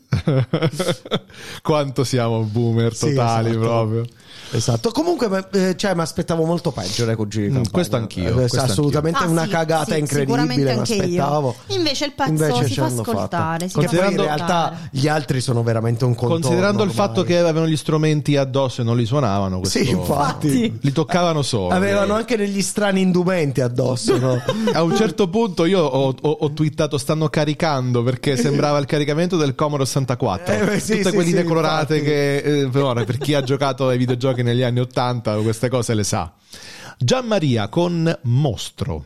Quanto siamo boomer Sì, totali esatto. proprio. Esatto. Comunque, ma- eh, cioè, mi aspettavo molto peggio dai Cugini di Mm, Campagna. questo anch'io, Eh, questo assolutamente anch'io. una Ah, sì, cagata sì, incredibile. sicuramente Mi anche io. aspettavo. Invece il pezzo Invece si ce fa l'hanno fatta. ascoltare, si Che poi in Considerando- realtà gli altri sono veramente un contorno. Considerando il ormai. fatto che avevano gli strumenti addosso e non li suonavano, questo- Sì, infatti. li toccavano solo. Avevano anche degli strani indumenti addosso, no? A un certo punto io ho, ho, ho twittato stanno caricando perché sembrava il caricamento del Commodore sessantaquattro. Eh, beh, sì, Tutte sì, quelline sì, colorate infatti. che eh, però, per chi ha giocato ai videogiochi negli anni ottanta queste cose le sa. Gianmaria con Mostro.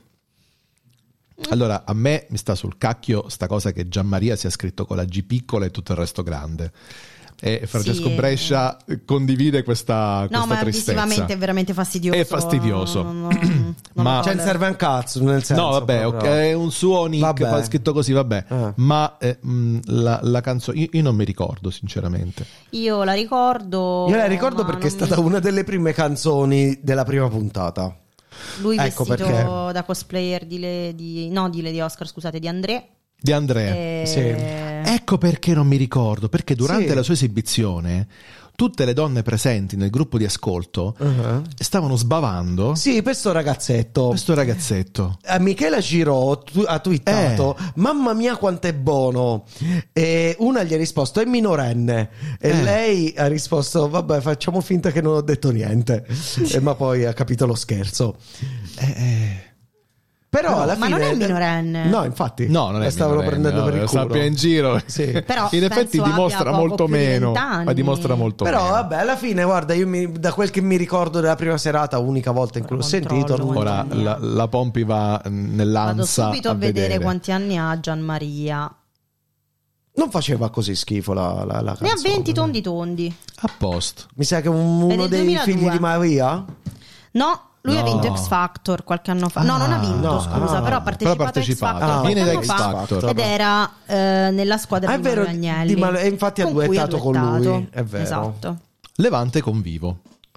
Allora, a me mi sta sul cacchio sta cosa che Gianmaria sia scritto con la G piccola e tutto il resto grande. E Francesco Sì. Brescia condivide questa, No, questa ma tristezza. visivamente è veramente fastidioso. È fastidioso. Non- non- non Ma- lo Cioè, non voglio. serve un cazzo, nel senso. No, vabbè, ok, proprio. è un suo nick, Vabbè. fa scritto così, vabbè. Eh. Ma eh, mh, la, la canzone, io, io non mi ricordo, sinceramente. Io la ricordo. Io la ricordo ma perché è non stata mi- una delle prime canzoni della prima puntata. Lui Ecco vestito perché. da cosplayer di, Le- di no di Lady Oscar, scusate, di André. Di Andrea. E- Sì. Ecco perché non mi ricordo, perché durante Sì. la sua esibizione tutte le donne presenti nel gruppo di ascolto Uh-huh. stavano sbavando Sì, questo ragazzetto. questo ragazzetto. Eh, Michela Giro tu- ha twittato: Eh. mamma mia quanto è buono. E una gli ha risposto è minorenne e Eh. lei ha risposto vabbè facciamo finta che non ho detto niente. Eh, ma poi ha capito lo scherzo. Eh, eh. Però No, alla ma fine non è minorenne. No, infatti. No, non è la stavano minorenne, prendendo no, per il lo culo. sappia in giro. Sì. Però In effetti penso dimostra abbia poco molto più di meno, vent'anni. ma dimostra molto Però meno. vabbè, alla fine, guarda, io mi- da quel che mi ricordo della prima serata, unica volta in cui l'ho Controllo, sentito, non- Ora Mamma mia. la, la Pompi va Vado nell'ansa subito a vedere quanti anni ha Gianmaria. Non faceva così schifo la, la, la Ne ha canzone. venti tondi tondi. A posto. Mi sa che un- Ed uno è dei duemiladue. figli di Maria. No, lui No. ha vinto X Factor qualche anno fa. No, non ha vinto, no, scusa, ah, però ha però partecipato, ha partecipato. a X Factor Ah, qualche viene da anno X fa Factor. ed era eh, nella squadra Ah, è di vero, Manuel Agnelli. di Mal- e infatti ha con cui duettato con lui, duettato. è vero. Esatto. Levante con Vivo.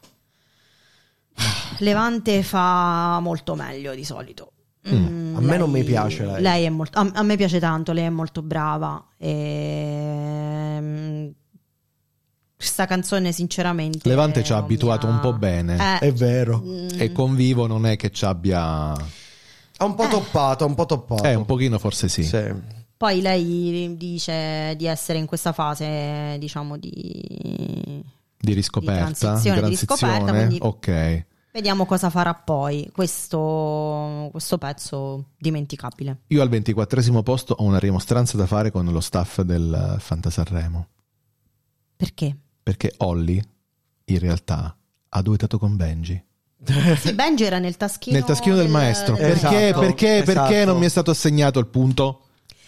Levante fa molto meglio di solito. Mm, A me non mi piace lei. Lei è molto, a, a me piace tanto, lei è molto brava. E... questa canzone sinceramente Levante ci ha non mi abituato ha- un po' bene. Eh, È vero. mm, E con Vivo non è che ci abbia... Ha un po' toppato, ha un po' toppato. Eh, un pochino forse sì. Sì. Poi lei dice di essere in questa fase, diciamo, di Di riscoperta. Di transizione, di riscoperta, quindi- Ok. vediamo cosa farà poi. Questo, questo pezzo dimenticabile. Io al ventiquattresimo posto ho una rimostranza da fare con lo staff del Fantasanremo. Perché? Perché Olly, in realtà, ha duettato con Benji. Sì, Benji era nel taschino Nel taschino del, maestro. del Perché, Esatto, perché, perché esatto. non mi è stato assegnato il punto?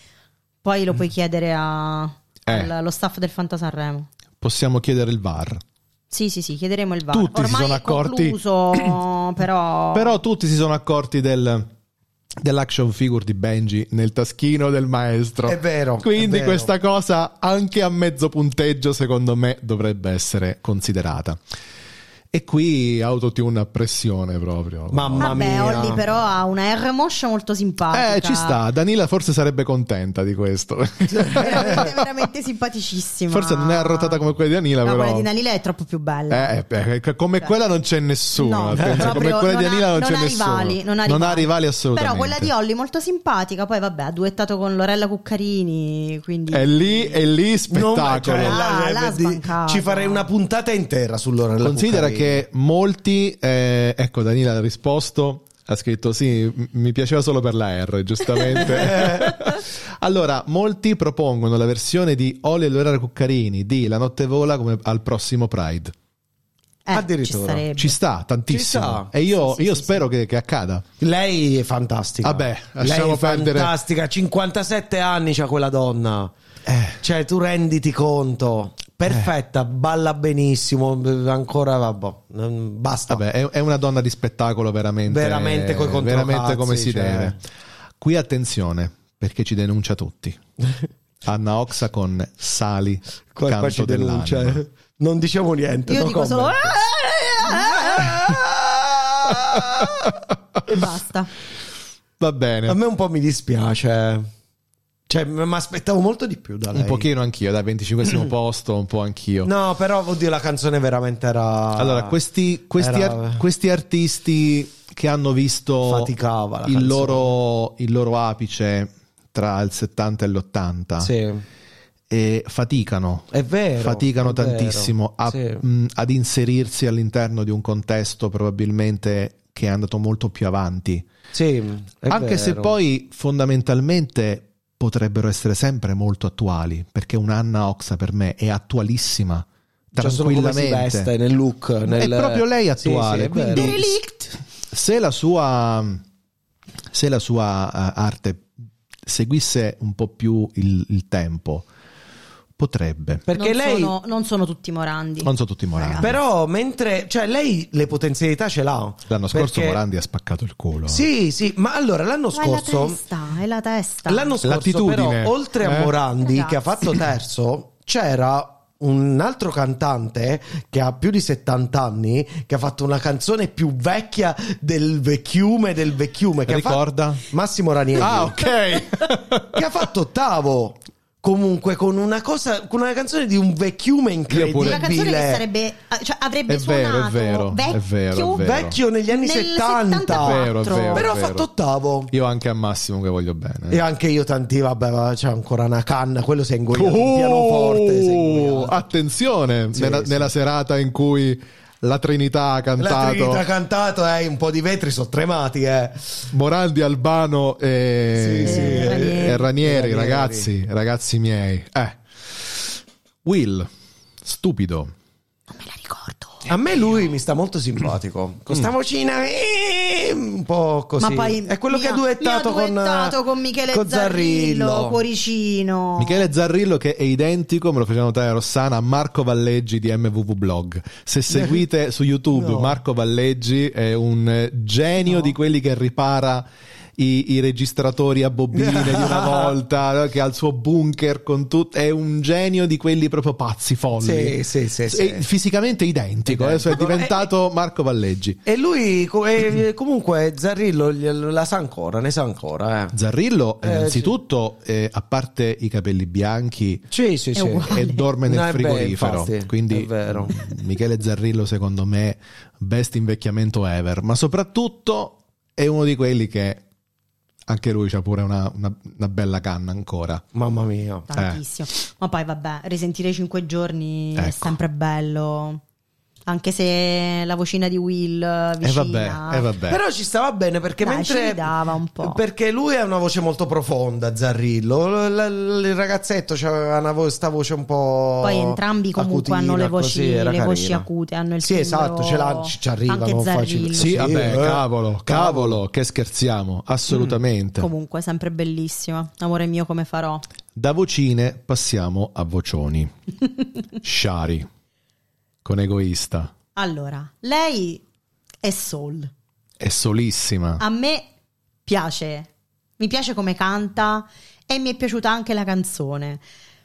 Poi lo puoi chiedere a, Eh. al- allo staff del Fantasanremo. Possiamo chiedere il V A R. Sì, sì, sì, chiederemo il V A R. Tutti si Ormai sono è accorti- concluso, però... Però tutti si sono accorti del, dell'action figure di Benji nel taschino del maestro. È vero, Quindi è vero. questa cosa anche a mezzo punteggio secondo me dovrebbe essere considerata. E qui autotune a pressione proprio. Mamma Vabbè, mia. Olly però ha una R moscia molto simpatica. Eh, ci sta. Danila forse sarebbe contenta di questo. Veramente, veramente simpaticissima. Forse non è arrotata come quella di Danila, No, però. quella di Danila è troppo più bella. Eh, eh, come quella non c'è nessuno. No, attenzione, come proprio quella di non ha- Danila non, non c'è ha nessuno. rivali, non ha rivali. rivali assolutamente. Però quella di Olly molto simpatica. Poi vabbè, ha duettato con Lorella Cuccarini, quindi È lì, è lì Non- spettacolo. cioè, Ah, la- l'ha di- sbancato. ci farei una puntata intera sull'Orella Considera Cuccarini. che molti, eh, ecco Danila ha risposto, ha scritto sì, m- mi piaceva solo per la R, giustamente. Allora, molti propongono la versione di Olly e Lorella Cuccarini di La notte vola come al prossimo Pride. eh, addirittura. ci sarebbe. Ci sta tantissimo. Ci sta. E io, Sì, sì, io sì, spero Che, che accada. Lei è fantastica. Vabbè, lei lasciamo è perdere. fantastica. cinquantasette anni c'ha quella donna. Eh. Cioè, tu renditi conto. Perfetta, balla benissimo. Ancora, vabbè, mm, basta. Vabbè, è, è una donna di spettacolo veramente, Veramente coi controcazzi, veramente come si cioè. deve. Qui attenzione, perché ci denuncia tutti. Anna Oxa con Sali, Qua- qua canto ci denuncia. dell'anima. eh. Non diciamo niente. Io no dico solo... comment. e basta. Va bene. A me un po' mi dispiace. Cioè, mi aspettavo molto di più da lei. Un pochino anch'io, dai, venticinquesimo posto, un po' anch'io. No, però, oddio, la canzone veramente era... Allora, questi, questi, era- ar- questi artisti che hanno visto Faticava la il canzone. loro, il loro apice tra il settanta e l'ottanta Sì, e faticano. è vero. faticano è vero. tantissimo a- Sì. mh, ad inserirsi all'interno di un contesto probabilmente che è andato molto più avanti. Sì, è Anche se vero. poi fondamentalmente potrebbero essere sempre molto attuali, perché un'Anna Oxa per me è attualissima, Cioè, solo come si tranquillamente. veste nel look, nel... È proprio lei Sì, attuale, sì, è quindi- vero. Derelict. Se la sua se la sua eh, arte seguisse un po' più il, il tempo, potrebbe. Perché non, lei... sono, non sono tutti Morandi. Non so tutti Morandi. Però mentre... Cioè, lei le potenzialità ce l'ha. L'anno scorso Perché- Morandi ha spaccato il culo. Sì, sì, ma allora l'anno Ma è la scorso... testa, è la testa. L'anno scorso L'attitudine. però, oltre a Eh? Morandi, Ragazzi. che ha fatto terzo, c'era un altro cantante che ha più di settanta anni, che ha fatto una canzone più vecchia del vecchiume del vecchiume, che Ricorda? ha fatto Massimo Ranieri, Ah, ok. che ha fatto ottavo. Comunque con una cosa, con una canzone di un vecchiume incredibile. Una canzone che sarebbe, cioè, avrebbe È vero, suonato è vero, vecchio, è vero, è vero. Vecchio negli anni nel settanta. settantaquattro. È vero, è vero. Però ha vero. fatto ottavo. Io anche a Massimo che voglio bene. E anche io tanti, vabbè, va, c'è ancora una canna, quello si è ingoiato un pianoforte, si è Oh, ingoiato. attenzione, Sì, nella, sì. nella serata in cui la Trinità ha La cantato Trinità ha cantato, eh, un po' di vetri sono tremati, eh. Morandi, Albano e, Sì, sì, e Ranieri. Ranieri, Ranieri. ragazzi, ragazzi miei. Eh. Will, stupido. Non me la ricordo. A me lui mi sta molto simpatico. Con sta vocina eh, un po' così. Ma poi è quello mi che ha ha- duettato, mi ha duettato con, con Michele con Zarrillo, Zarrillo. cuoricino. Michele Zarrillo, che è identico, me lo faceva notare Rossana, a Marco Valleggi di M V V Blog. Se seguite su YouTube No. Marco Valleggi è un eh, genio No. di quelli che ripara i, i registratori a bobine di una volta, no? Che ha il suo bunker con tutto, è un genio di quelli proprio pazzi, folli. Sì, sì, sì, sì. È fisicamente identico, adesso è Identico. diventato Marco Valleggi. E lui co- eh, comunque Zarrillo gliel- la sa ancora, ne sa ancora. Eh. Zarrillo, Eh, innanzitutto, eh, a parte i capelli bianchi, Sì, sì, sì. uguale. e dorme nel No, è vero, frigorifero, infatti, quindi è vero. Michele Zarrillo secondo me best invecchiamento ever, ma soprattutto è uno di quelli che anche lui c'ha pure una, una, una bella canna ancora. Mamma mia. Tantissimo. Ma poi vabbè, risentire i cinque giorni è Ecco. sempre bello. Anche se la vocina di Will E vicina. vabbè, e vabbè. Però ci stava bene perché Dai, mentre ci dava un po'. perché lui ha una voce molto profonda, Zarrillo. L- l- il ragazzetto c'aveva una vo- sta voce un po'. Poi entrambi comunque acutina, hanno le voci, così, era le voci carino. acute, hanno il Sì, timbro- esatto, ce l'ha, ci, ci arrivano anche facili. Zarrillo. Sì, vabbè, eh. cavolo, cavolo, che scherziamo, assolutamente. Comunque sempre bellissima. Amore mio, come farò? Da vocine passiamo a vocioni. Shari, con Egoista, Allora, lei è soul. è solissima. A me piace, mi piace come canta e mi è piaciuta anche la canzone.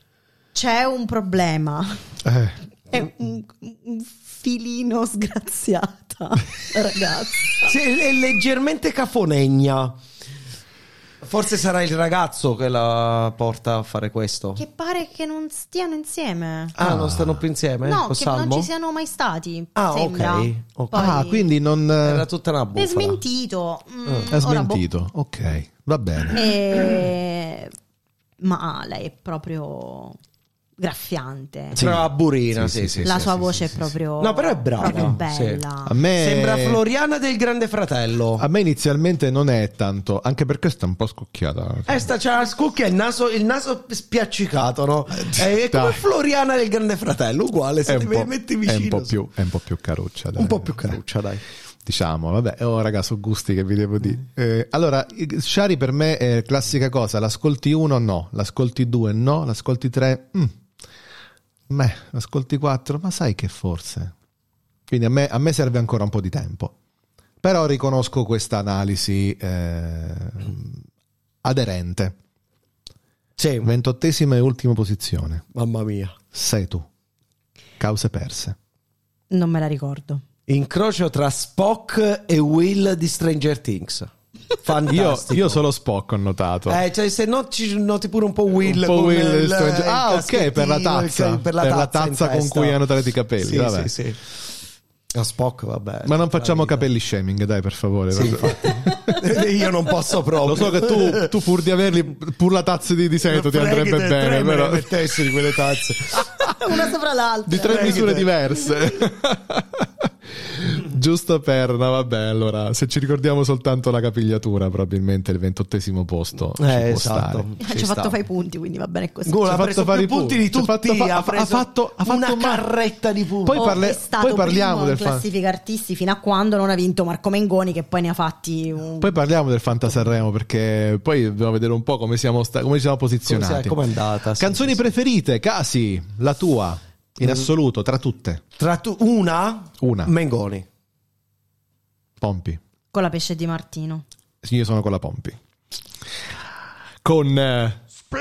C'è un problema, Eh, è un, un filino sgraziata, ragazzi. Sì, è leggermente cafonegna. Forse sarà il ragazzo che la porta a fare questo. Che pare che non stiano insieme. Ah, non stanno più insieme? No, Con che Salmo? non ci siano mai stati. Ah, sembra. ok, ok. Poi ah, quindi non... Era tutta una è bufala. smentito. Mm, È ora smentito, ok, va bene. boh. Eh, ma lei è proprio graffiante. Sì. Brava Burina, Sì, sì, sì, sì. La sì, sua sì, voce sì, è sì, proprio, No, però è brava, proprio sì. bella. A me... Sembra Floriana del Grande Fratello. A me inizialmente non è tanto, anche perché sta un po' scocchiata. Eh, sta, c'ha la scucchia e il naso, il naso spiaccicato, no? È, è come Dai. Floriana del Grande Fratello, uguale, se È ti un, po', metti è vicino. un po' più, è un po' più caruccia, dai. Un po' più caruccia, dai. Diciamo, vabbè, oh raga, sono gusti che vi devo dire. Eh, allora, Shari per me è classica cosa, l'ascolti uno no, l'ascolti due no, l'ascolti tre mm. Beh, l'ascolti quattro, ma sai che forse. Quindi a me, a me serve ancora un po' di tempo. Però riconosco questa analisi eh, aderente. Sì, Ventottesima e ultima posizione. mamma mia. Sei tu. Cause perse. Non me la ricordo. Incrocio tra Spock e Will di Stranger Things. Io, Fantastico. io solo Spock ho notato. Eh, cioè, se no ci noti pure un po' Will. Un po' con Will il- Stranger- il Ah, ok, per la caschettino, tazza. il- Per la tazza in con testa. cui hanno tagliato i capelli, Sì, vabbè. sì, sì. A Spock, vabbè. Ma non facciamo La vita. capelli shaming, dai, per favore. Sì, io non posso proprio. Lo so che tu, tu pur di averli, pur la tazza di, di seto ti Freghi andrebbe te, bene, tre me però ne mettessi di quelle tazze. Una sopra l'altra. di tre Freghi misure te. diverse. Giusto per, no vabbè, allora, se ci ricordiamo soltanto la capigliatura, probabilmente il ventottesimo posto ci Eh, può esatto. stare. Ci ha fatto fare i punti, quindi va bene così. Gol, Ci ha ha fatto preso fare più i punti, punti di ci ha tutti. fatto fa- ha ha preso fatto- ha fatto una ma- carretta di punti. Poi Oh, parle- è stato poi parliamo primo del in fan- classifica artisti fino a quando non ha vinto Marco Mengoni, che poi ne ha fatti un... Poi parliamo del Fanta Sanremo, perché poi dobbiamo vedere un po' come siamo, sta- come siamo posizionati. Come è andata? Sì, Canzoni sì, sì. preferite, Casi, la tua, in assoluto, tra tutte. Tra tu, una? Una. Mengoni. Pompi. con la pesce di Martino. Sì, io sono con la Pompi. Con... eh,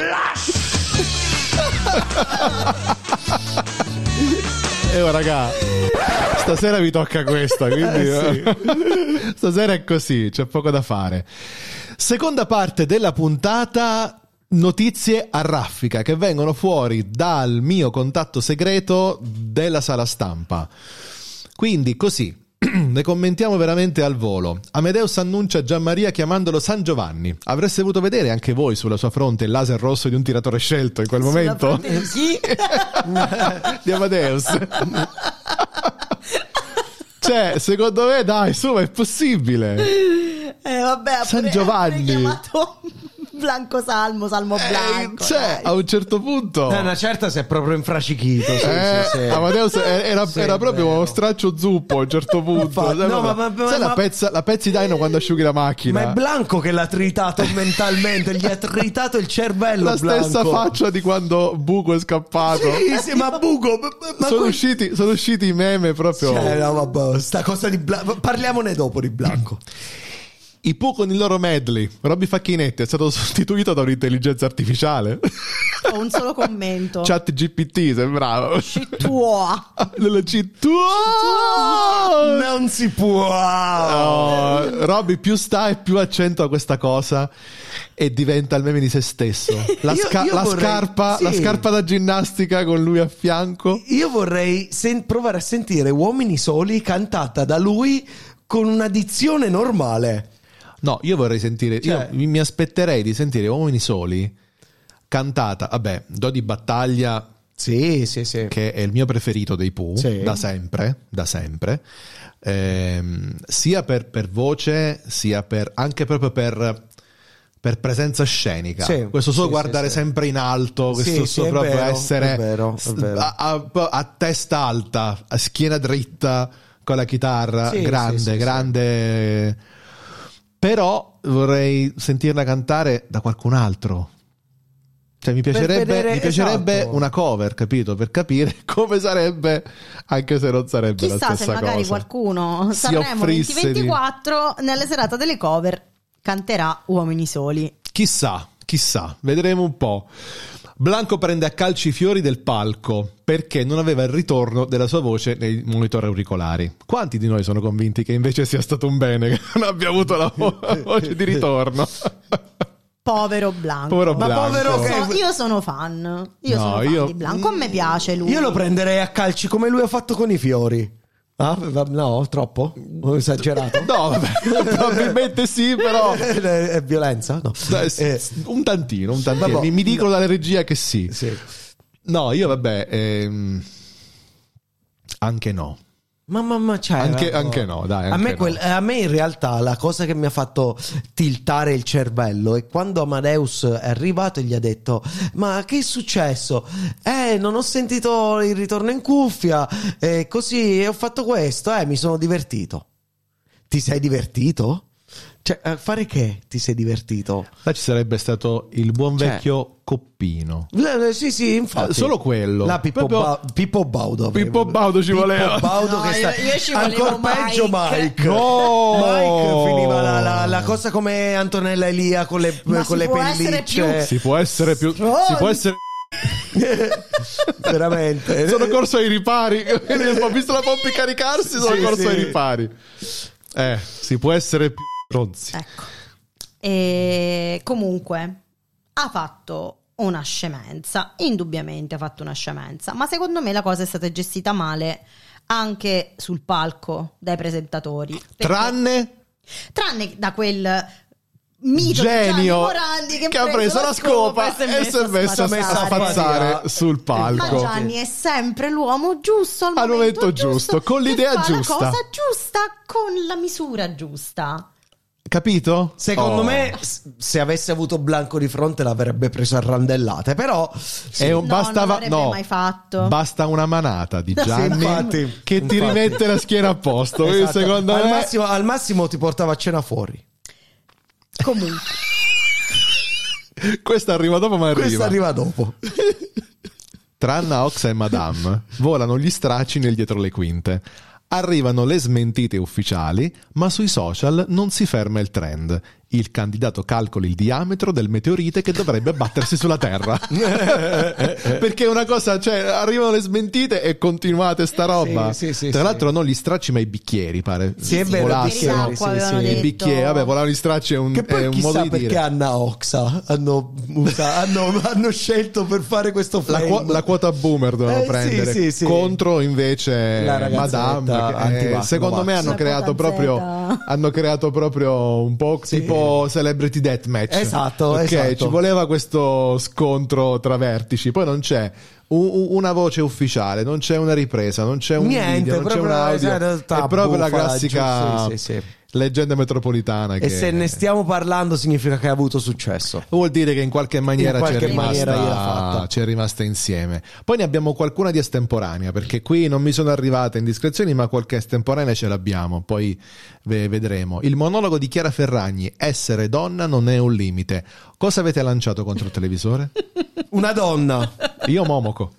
E oh raga, stasera vi tocca questa, quindi Eh, stasera è così, c'è poco da fare. Seconda parte della puntata, notizie a raffica che vengono fuori dal mio contatto segreto della sala stampa. Quindi così, ne commentiamo veramente al volo. Amadeus annuncia Gianmaria chiamandolo San Giovanni. Avreste voluto vedere anche voi sulla sua fronte il laser rosso di un tiratore scelto in quel Sulla momento? fronte di chi? Di Amadeus. Cioè, secondo me, dai, su, ma è possibile. Eh, vabbè, ha San pure- Giovanni. ha pure chiamato Blanco Salmo, Salmo Blanco. Eh, cioè, dai. a un certo punto... Eh, una certa si è proprio infracichito. Sì, Eh, sì, sì. Amadeus era, Sì, era è proprio vero. uno straccio zuppo a un certo punto. Infatti, Sai, no, proprio- ma- ma- sai la, ma- pezza, la pezzidaino quando asciughi la macchina? Ma è Blanco che l'ha tritato mentalmente, gli ha tritato il cervello. La stessa Blanco. faccia di quando Buco è scappato. Sì, sì, ma Bugo, ma, ma sono, que- usciti, sono usciti i meme proprio. Cioè, no, vabbè, sta cosa di Blanco. Parliamone dopo di Blanco. I Pooh con il loro medley. Robby Facchinetti è stato sostituito da un'intelligenza artificiale. Ho un solo commento. Chat G P T, sembrava. Cittua. Nella città. Non si può. Oh, Robby più sta e più accentua questa cosa e diventa il meme di se stesso. La, Io- sca- io la vorrei- scarpa, sì. la scarpa da ginnastica con lui a fianco. Io vorrei sen- provare a sentire Uomini Soli cantata da lui con una dizione normale. No, io vorrei sentire. Cioè- io mi, mi aspetterei di sentire Uomini Soli cantata. Vabbè, Do di Battaglia, Sì, sì, sì. che è il mio preferito dei Pooh, Sì. da sempre, da sempre. Ehm, sia per, per voce, sia per anche proprio per, per presenza scenica. Sì, questo suo sì, guardare sì, sì. sempre in alto, questo Sì, suo sì, è proprio vero, essere è vero, è vero. A, a- a testa alta, a schiena dritta con la chitarra, Sì, grande, sì, sì, grande. Però vorrei sentirla cantare da qualcun altro. Cioè mi piacerebbe, vedere- mi piacerebbe esatto. una cover, capito? Per capire come sarebbe, anche se non sarebbe la Chissà stessa se magari cosa. qualcuno Si Sanremo offrisse di- duemilaventiquattro nelle serate delle cover canterà Uomini Soli. Chissà, chissà, vedremo un po'. Blanco prende a calci i fiori del palco perché non aveva il ritorno della sua voce nei monitor auricolari. Quanti di noi sono convinti che invece sia stato un bene che non abbia avuto la vo- voce di ritorno? Povero Blanco. Povero Ma Blanco. povero Io che- sono, io sono fan. Io No, sono fan io- di Blanco. A me piace lui. Io lo prenderei a calci come lui ha fatto con i fiori. Ah, va- no, troppo? Ho esagerato? No, vabbè, probabilmente sì, però È violenza? No. Dai, s- Eh, un tantino, un tantino. vabbè, mi, mi dicono dalla regia che sì. sì. No, io vabbè, ehm, anche no. Ma, ma, ma c'è Anche- anche no, dai, a, anche me no. quel- a me in realtà la cosa che mi ha fatto tiltare il cervello è quando Amadeus è arrivato e gli ha detto: ma che è successo? Eh, non ho sentito il ritorno in cuffia, e così ho fatto questo, eh, mi sono divertito. Ti sei divertito? Cioè, a fare che ti sei divertito? Là ci sarebbe stato il buon Cioè- vecchio Coppino. Eh, sì, sì, infatti. Eh, solo quello. La Pippo, Proprio- Ba- Pippo Baudo. Pippo Baudo ci Pippo voleva. Baudo No, che sta... io- io ci volevo Ancora peggio Mike. Mike. No! Mike finiva la, la- la cosa come Antonella Elia con le, Ma con si le può essere pellicce. Si può essere più. Si può essere. Veramente. Sono corso ai ripari. Ho visto la pompa caricarsi. Sono Sì, corso sì. ai ripari. Eh, si può essere più stronzi. Ecco. E comunque ha fatto una scemenza, indubbiamente ha fatto una scemenza, ma secondo me la cosa è stata gestita male anche sul palco dai presentatori. Perché- Tranne tranne da quel mito di Gianni genio Morandi che, che ha preso la scopa e si è messo a spazzare. spazzare sul Ma palco. Gianni è sempre l'uomo giusto al, Al momento giusto, con che l'idea fa giusta. la cosa giusta con la misura giusta. Capito? Secondo Oh. me, s- se avesse avuto Blanco di fronte, l'avrebbe preso a randellate. Però, E No, bastava, non l'avrebbe no, mai fatto. basta una manata di Gianni infatti, che ti infatti. rimette la schiena a posto. Quindi esatto, secondo al, me massimo, al massimo ti portava a cena fuori. Comunque, questa arriva dopo, ma arriva. Questa arriva dopo. Tranna Oxa e Madame volano gli stracci nel dietro le quinte. Arrivano le smentite ufficiali, ma sui social non si ferma il trend. Il candidato calcoli il diametro del meteorite che dovrebbe abbattersi sulla Terra. Perché è una cosa, cioè, arrivano le smentite e continuate sta roba. Sì, sì, sì, Tra sì. l'altro non gli stracci, ma i bicchieri, pare. Sì, è vero, Volassero. bicchieri, d'acqua sì, avevano sì. detto. I bicchieri, vabbè, volano gli stracci è un, Che poi è un chissà modo di perché dire. Anna Oxa hanno, usa- hanno, hanno scelto per fare questo La, flame. qua- la quota boomer dovevano Eh, sì, prendere sì, sì. contro invece La ragazzetta Madame che, eh, anti-vax, secondo no me vax. hanno La creato quota proprio Z. hanno creato proprio un po' Sì. tipo Celebrity Deathmatch. Esatto, Ok, esatto. ci voleva questo scontro tra vertici, poi non c'è u- una voce ufficiale, non c'è una ripresa, non c'è un Niente, video, non c'è proprio un audio, esatto, è proprio la bufala, classica giù, sì, sì, sì. leggenda metropolitana. E che... se ne stiamo parlando significa che ha avuto successo. Vuol dire che in qualche maniera, In qualche c'è, rimasta, maniera gliel'ha fatta. c'è rimasta insieme. Poi ne abbiamo qualcuna di estemporanea, perché qui non mi sono arrivate indiscrezioni, ma qualche estemporanea ce l'abbiamo, poi ve- vedremo. Il monologo di Chiara Ferragni: essere donna non è un limite. Cosa avete lanciato contro il televisore? Una donna. Io Momoko.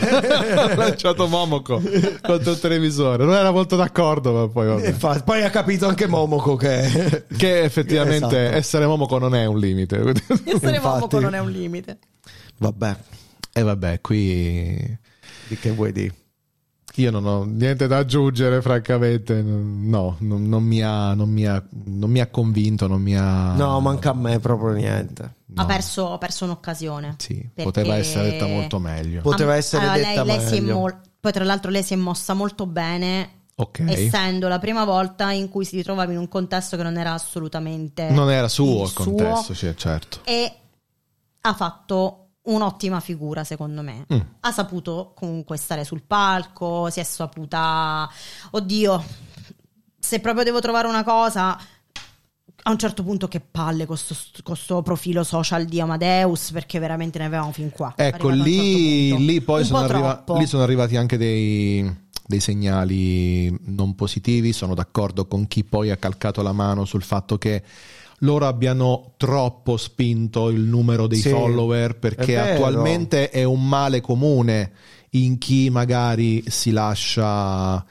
Ho lanciato Momoko contro il televisore. Non era molto d'accordo, ma poi vabbè. E fa- poi ha capito anche Momoko che... Che effettivamente Esatto. essere Momoko non è un limite. Essere Infatti. Momoko non è un limite. Vabbè, E vabbè, qui di che vuoi dire? io non ho niente da aggiungere, francamente. No, non, non mi ha, non mi ha, non mi ha convinto, non mi ha... No, manca a me proprio niente. no. Ha perso, ha perso un'occasione. Sì, Perché- poteva essere detta molto meglio. Poteva Ah, essere allora, detta lei, lei si è meglio. mol- Poi tra l'altro lei si è mossa molto bene, Ok. essendo la prima volta in cui si ritrovava in un contesto che non era assolutamente Non era suo il il contesto, sì, certo. e ha fatto un'ottima figura, secondo me. Mm. Ha saputo comunque stare sul palco, si è saputa, oddio, se proprio devo trovare una cosa, a un certo punto che palle con questo profilo social di Amadeus, perché veramente ne avevamo fin qua. Ecco, Arrivato a un lì, certo punto. lì poi Un sono, po' arriva- troppo. lì sono arrivati anche dei, dei segnali non positivi. Sono d'accordo con chi poi ha calcato la mano sul fatto che loro abbiano troppo spinto il numero dei Sì, follower, perché è vero. attualmente è un male comune in chi magari si lascia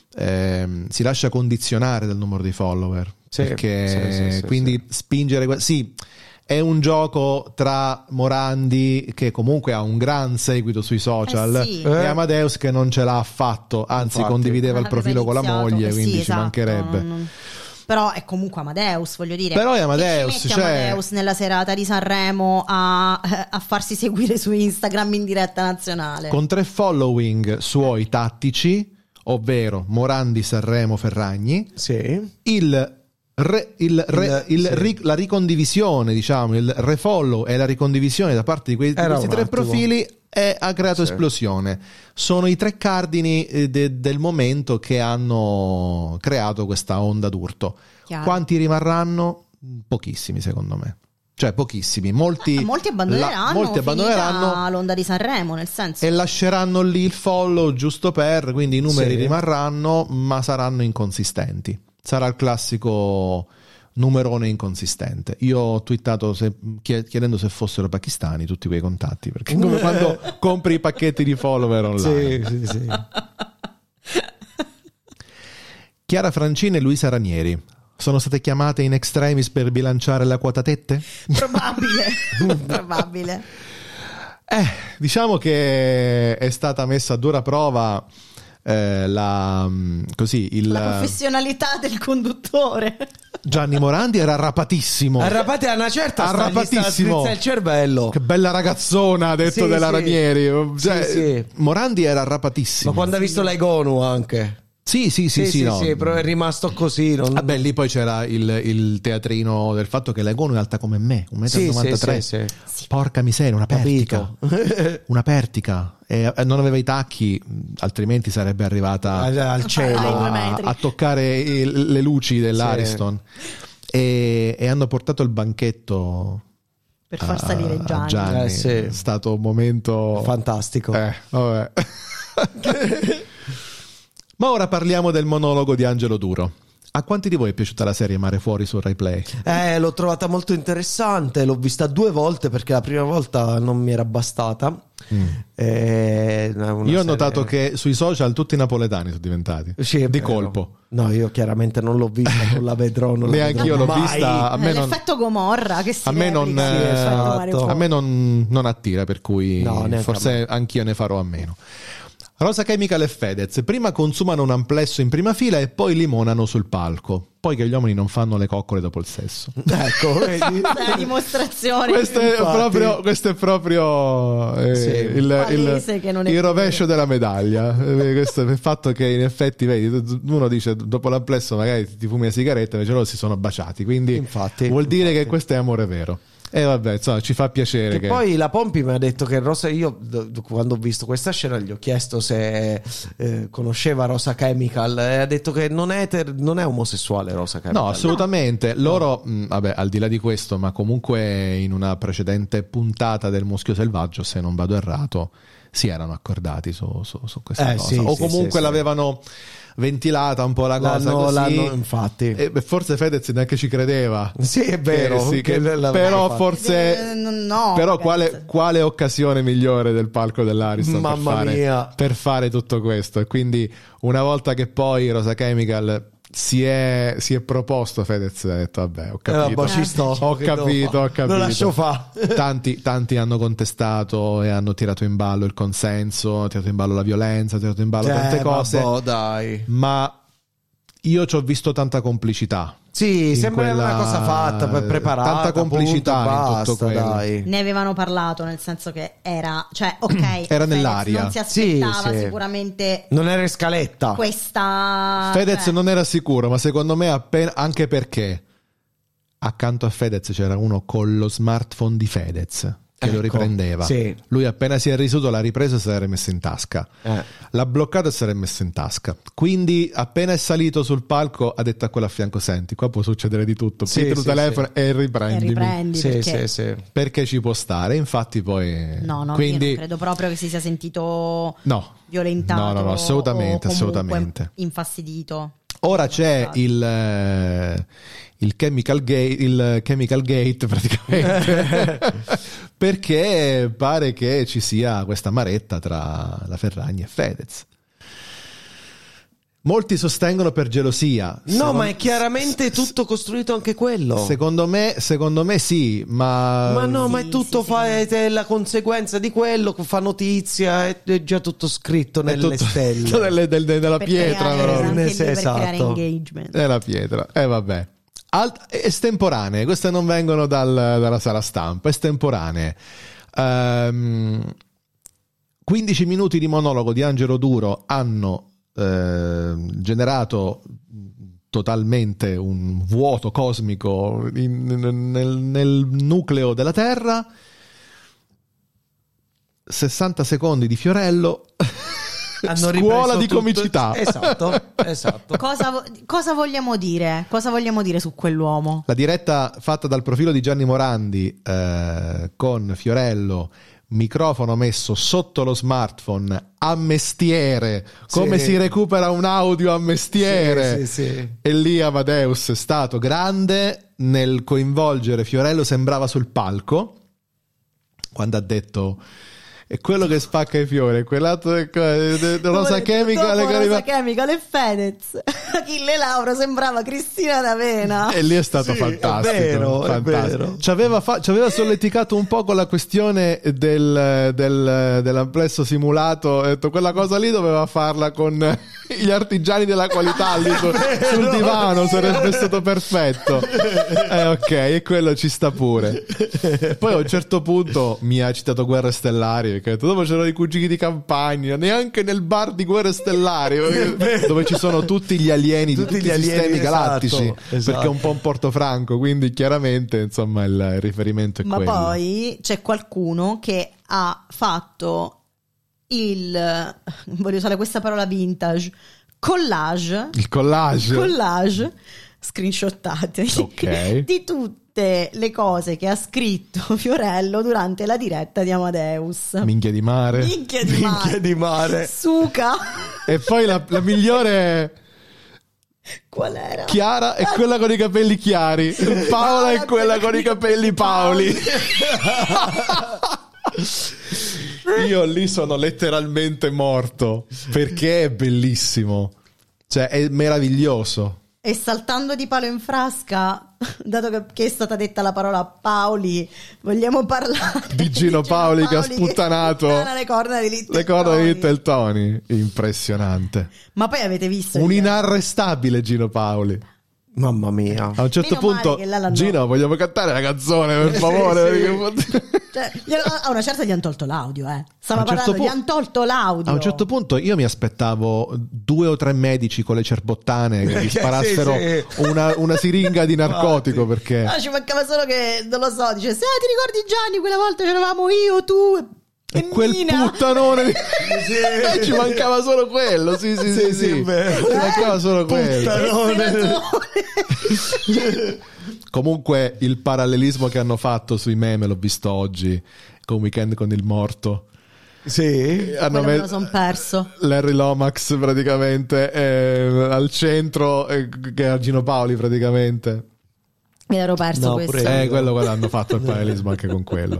ehm, si lascia condizionare dal numero dei follower. Sì, perché sì, sì, sì, quindi spingere que- sì, è un gioco tra Morandi, che comunque ha un gran seguito sui social, Eh sì. e Eh. Amadeus, che non ce l'ha affatto, anzi Infatti. condivideva il Aveva profilo con la iniziato, moglie, eh sì, quindi ci esatto, mancherebbe. non- non- Però è comunque Amadeus, voglio dire. Però è Amadeus, Che ci mette cioè- Amadeus nella serata di Sanremo a, a farsi seguire su Instagram in diretta nazionale. Con tre following suoi tattici, ovvero Morandi, Sanremo, Ferragni, Sì. il Re- il re- Il- il sì. ri- la ricondivisione, diciamo, il refollow e la ricondivisione da parte di, que- di Era questi un tre attimo. profili è- ha creato Sì. esplosione. Sono i tre cardini eh, de- del momento che hanno creato questa onda d'urto. Chiaro. Quanti rimarranno? Pochissimi, secondo me. Cioè, pochissimi. Molti, Ah, molti abbandoneranno, la- molti abbandoneranno finita l'onda di Sanremo, nel senso. e lasceranno lì il follow giusto per, quindi i numeri Sì. rimarranno, ma saranno inconsistenti. Sarà il classico numerone inconsistente. Io ho twittato se- chie- chiedendo se fossero pakistani tutti quei contatti, perché è come quando compri i pacchetti di follower online. Sì, sì, sì. Chiara Francini e Luisa Ranieri sono state chiamate in extremis per bilanciare la quota tette? Probabile. Probabile. Eh, diciamo che è stata messa a dura prova eh, la, così, il, La professionalità del conduttore. Gianni Morandi era arrapatissimo. Arrapate a una certa sta- gli sta- Arrapatissimo. strizza il cervello. Che bella ragazzona, ha detto Sì, della sì. Ranieri. Cioè, Sì, sì. Morandi era arrapatissimo. Ma quando ha visto l'Egonu anche. Sì, sì, sì, sì, no. però è rimasto così. Non... Vabbè, lì poi c'era il, il teatrino del fatto che l'Egonu è alta come me, un metro e Sì, novantatré. sì, sì, sì. Porca miseria, una pertica. Capito. Una pertica. E eh, non aveva i tacchi, altrimenti sarebbe arrivata al, al cielo. Ai due a, metri. a toccare il- le luci dell'Ariston. E, e hanno portato il banchetto Per far a- salire a Gianni. Gianni. Eh, sì. È stato un momento Fantastico. Eh, vabbè. Ma ora parliamo del monologo di Angelo Duro. A quanti di voi è piaciuta la serie Mare Fuori su Rai Play? Eh, l'ho trovata molto interessante, l'ho vista due volte perché la prima volta non mi era bastata. Eh, una Io ho serie- notato che sui social tutti i napoletani sono diventati. Sì, è di vero. colpo. No, io chiaramente non l'ho vista, non la vedrò. Non la Neanche vedrò io l'ho mai. vista. A me non, L'effetto Gomorra che si a me non, replica, eh, l'effetto Mare esatto. Fuori. a me non, non attira, per cui No, neanche a forse anch'io ne farò a meno. Rosa Chemical e Fedez prima consumano un amplesso in prima fila e poi limonano sul palco. Poi che gli uomini non fanno le coccole dopo il sesso. Ecco, vedi? La dimostrazione. Questo è Infatti. proprio, questo è proprio eh, Sì. il, Palese il, che non è il vero. rovescio della medaglia. Eh, questo è il fatto che in effetti, vedi, uno dice dopo l'amplesso magari ti fumi una sigaretta, invece loro si sono baciati. Quindi Infatti, vuol dire infatti. che questo è amore vero. E vabbè, insomma, ci fa piacere Che che... poi la Pompi mi ha detto che Rosa, io d- d- quando ho visto questa scena gli ho chiesto se eh, conosceva Rosa Chemical e ha detto che non è, ter- non è omosessuale Rosa Chemical. No, assolutamente. Loro, mh, vabbè, al di là di questo, ma comunque in una precedente puntata del Muschio Selvaggio, se non vado errato, si erano accordati su, su, su questa Eh, cosa. sì, o sì, comunque sì, sì. l'avevano ventilata un po' la cosa L'hanno- così. l'hanno- infatti. E beh, forse Fedez neanche ci credeva. Sì, è vero. Che- sì, che- che l'aveva però fatto. forse... Eh, no, però ragazzi. quale, quale occasione migliore del palco dell'Ariston per Mamma fare, mia. per fare tutto questo? E quindi una volta che poi Rosa Chemical si è, si è proposto, Fedez ha detto vabbè, ho Eh, capito, vabbè, ci sto, ho che devo capito, fa'? ho capito. Lo lascio fa'. tanti, tanti hanno contestato e hanno tirato in ballo il consenso, hanno tirato in ballo la violenza, hanno tirato in ballo tante Eh, cose, vabbè, dai. ma io ci ho visto tanta complicità. Sì, in sembra quella- una cosa fatta, per preparata. tanta complicità punto, in basta, tutto quello. dai. Ne avevano parlato, nel senso che era, cioè, ok, Era Fedez nell'aria. non si Sì, aspettava sì. sicuramente Non era in scaletta. questa. Fedez cioè, non era sicuro, ma secondo me appena, anche perché accanto a Fedez c'era uno con lo smartphone di Fedez che lo Ecco, riprendeva. sì. Lui appena si è risuto l'ha ripreso e se l'era messo in tasca. Eh. L'ha bloccato e se l'è messo in tasca. Quindi appena è salito sul palco ha detto a quello a fianco: senti, qua può succedere di tutto, Sì, prendi il sì, telefono e e riprendimi. riprendi Sì, perché sì, sì. Perché ci può stare. Infatti poi no, no, quindi io non credo proprio che si sia sentito no. violentato No, no, no, assolutamente, o comunque assolutamente. infastidito. Ora c'è il, eh, il Chemical Gate, il Chemical Gate praticamente, perché pare che ci sia questa maretta tra la Ferragni e Fedez. Molti sostengono per gelosia. No, Secondo- ma è chiaramente tutto costruito anche quello. Secondo me, secondo me sì, ma... Ma no, ma è Sì, tutto sì, fa- sì. è la conseguenza di quello che fa notizia, è, è già tutto scritto è nelle tutto- stelle. nelle- del- della Per pietra, creare, però. anche lì Sì, per esatto. creare engagement. È la pietra, e eh, vabbè. Alt- estemporanee, queste non vengono dal- dalla sala stampa, estemporanee. Ehm, quindici minuti di monologo di Angelo Duro hanno eh, generato totalmente un vuoto cosmico in- nel, nel nucleo della Terra. sessanta secondi di Fiorello. Hanno Scuola ripreso di tutto- comicità. Esatto, esatto. Cosa, vo- cosa vogliamo dire? Cosa vogliamo dire su quell'uomo? La diretta fatta dal profilo di Gianni Morandi eh, con Fiorello, microfono messo sotto lo smartphone a mestiere, come Sì. si recupera un audio a mestiere. Sì, sì, sì. E lì Amadeus è stato grande nel coinvolgere Fiorello, sembrava sul palco quando ha detto: è quello che spacca i fiori, è quell'altro de- de- de- de- Rosa Chemical Dopo che arriva- Rosa Chemical e Fedez. Achille Lauro sembrava Cristina D'Avena. E lì è stato Sì, fantastico. è vero, è fantastico. vero. Ci aveva, fa- ci aveva solleticato un po' con la questione del, del, dell'amplesso simulato. Ha detto, quella cosa lì doveva farla con gli artigiani della qualità lì su- sul divano, sarebbe stato perfetto. Eh, ok, e quello ci sta pure. Poi a un certo punto mi ha citato Guerre Stellari, perché ha detto, dopo c'erano i cugini di campagna, neanche nel bar di Guerre Stellari, perché- dove ci sono tutti gli alieni di Tutti tutti gli i alieni, sistemi esatto, galattici, esatto. perché è un po' un Portofranco, quindi chiaramente insomma il riferimento è Ma quello. poi c'è qualcuno che ha fatto il, voglio usare questa parola vintage, collage, Il collage. collage screenshottati Ok. di tutte le cose che ha scritto Fiorello durante la diretta di Amadeus. Minchia di mare. Minchia di Minchia mare. di mare. Suca. E poi la, la migliore Qual era? Chiara è quella con i capelli chiari, Paola è quella con i capelli Paoli. Io lì sono letteralmente morto, perché è bellissimo, cioè è meraviglioso. E saltando di palo in frasca, dato che, che è stata detta la parola Paoli, vogliamo parlare Di Gino Paoli che ha sputtanato sputtana le corna di Little le corna di Tony. Little Tony. Impressionante. Ma poi avete visto Un il- inarrestabile Gino Paoli. Mamma mia. A un certo Meno male punto, che là l'hanno- Gino, vogliamo cantare la canzone per favore? Sì. Perché- Cioè, a una certa gli hanno tolto l'audio, eh. Stava A un certo parlando, pu- gli hanno tolto l'audio. A un certo punto io mi aspettavo due o tre medici con le cerbottane che gli Sì, sparassero sì. Una, una siringa di narcotico perché Ah, ci mancava solo che, non lo so, dice, se ah, ti ricordi Gianni, quella volta c'eravamo io, tu e e quel Nina. puttanone di... Eh, ci mancava solo quello, sì sì sì, sì. è vero. Ci mancava solo quello. Puttanone. Comunque il parallelismo che hanno fatto sui meme l'ho visto oggi con Weekend con il morto. Sì. Hanno Quello me met- lo son perso. Larry Lomax praticamente eh, al centro eh, che era Gino Paoli praticamente. Me l'ero perso No, questo. pure io. Eh, quello, quello hanno fatto il parallelismo anche con quello.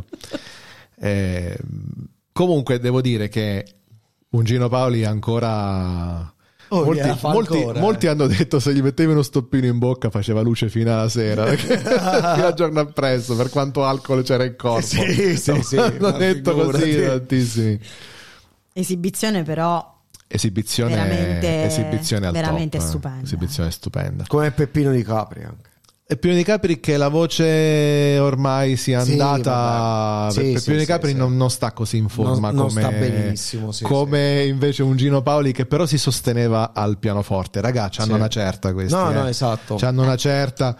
Eh, comunque devo dire che un Gino Paoli ancora... Oh, molti, yeah, fa molti- ancora, eh. molti hanno detto se gli mettevi uno stoppino in bocca faceva luce fino alla sera perché fino al giorno appresso per quanto alcol c'era in corpo. Sì, sì, sì, hanno ma detto così figurati. tantissimi. Esibizione però Esibizione, veramente, esibizione al veramente top, eh. stupenda. Esibizione stupenda. Come Peppino Di Capri anche. E Peppino Di Capri che la voce ormai sia Sì, andata. vabbè. Sì, Peppino sì, Di sì, Capri sì. Non, non sta così in forma Non- non come, sta benissimo, sì, come invece un Gino Paoli che però si sosteneva al pianoforte. Ragazzi, hanno Sì. una certa questi. No, eh. no, esatto. C'hanno una certa.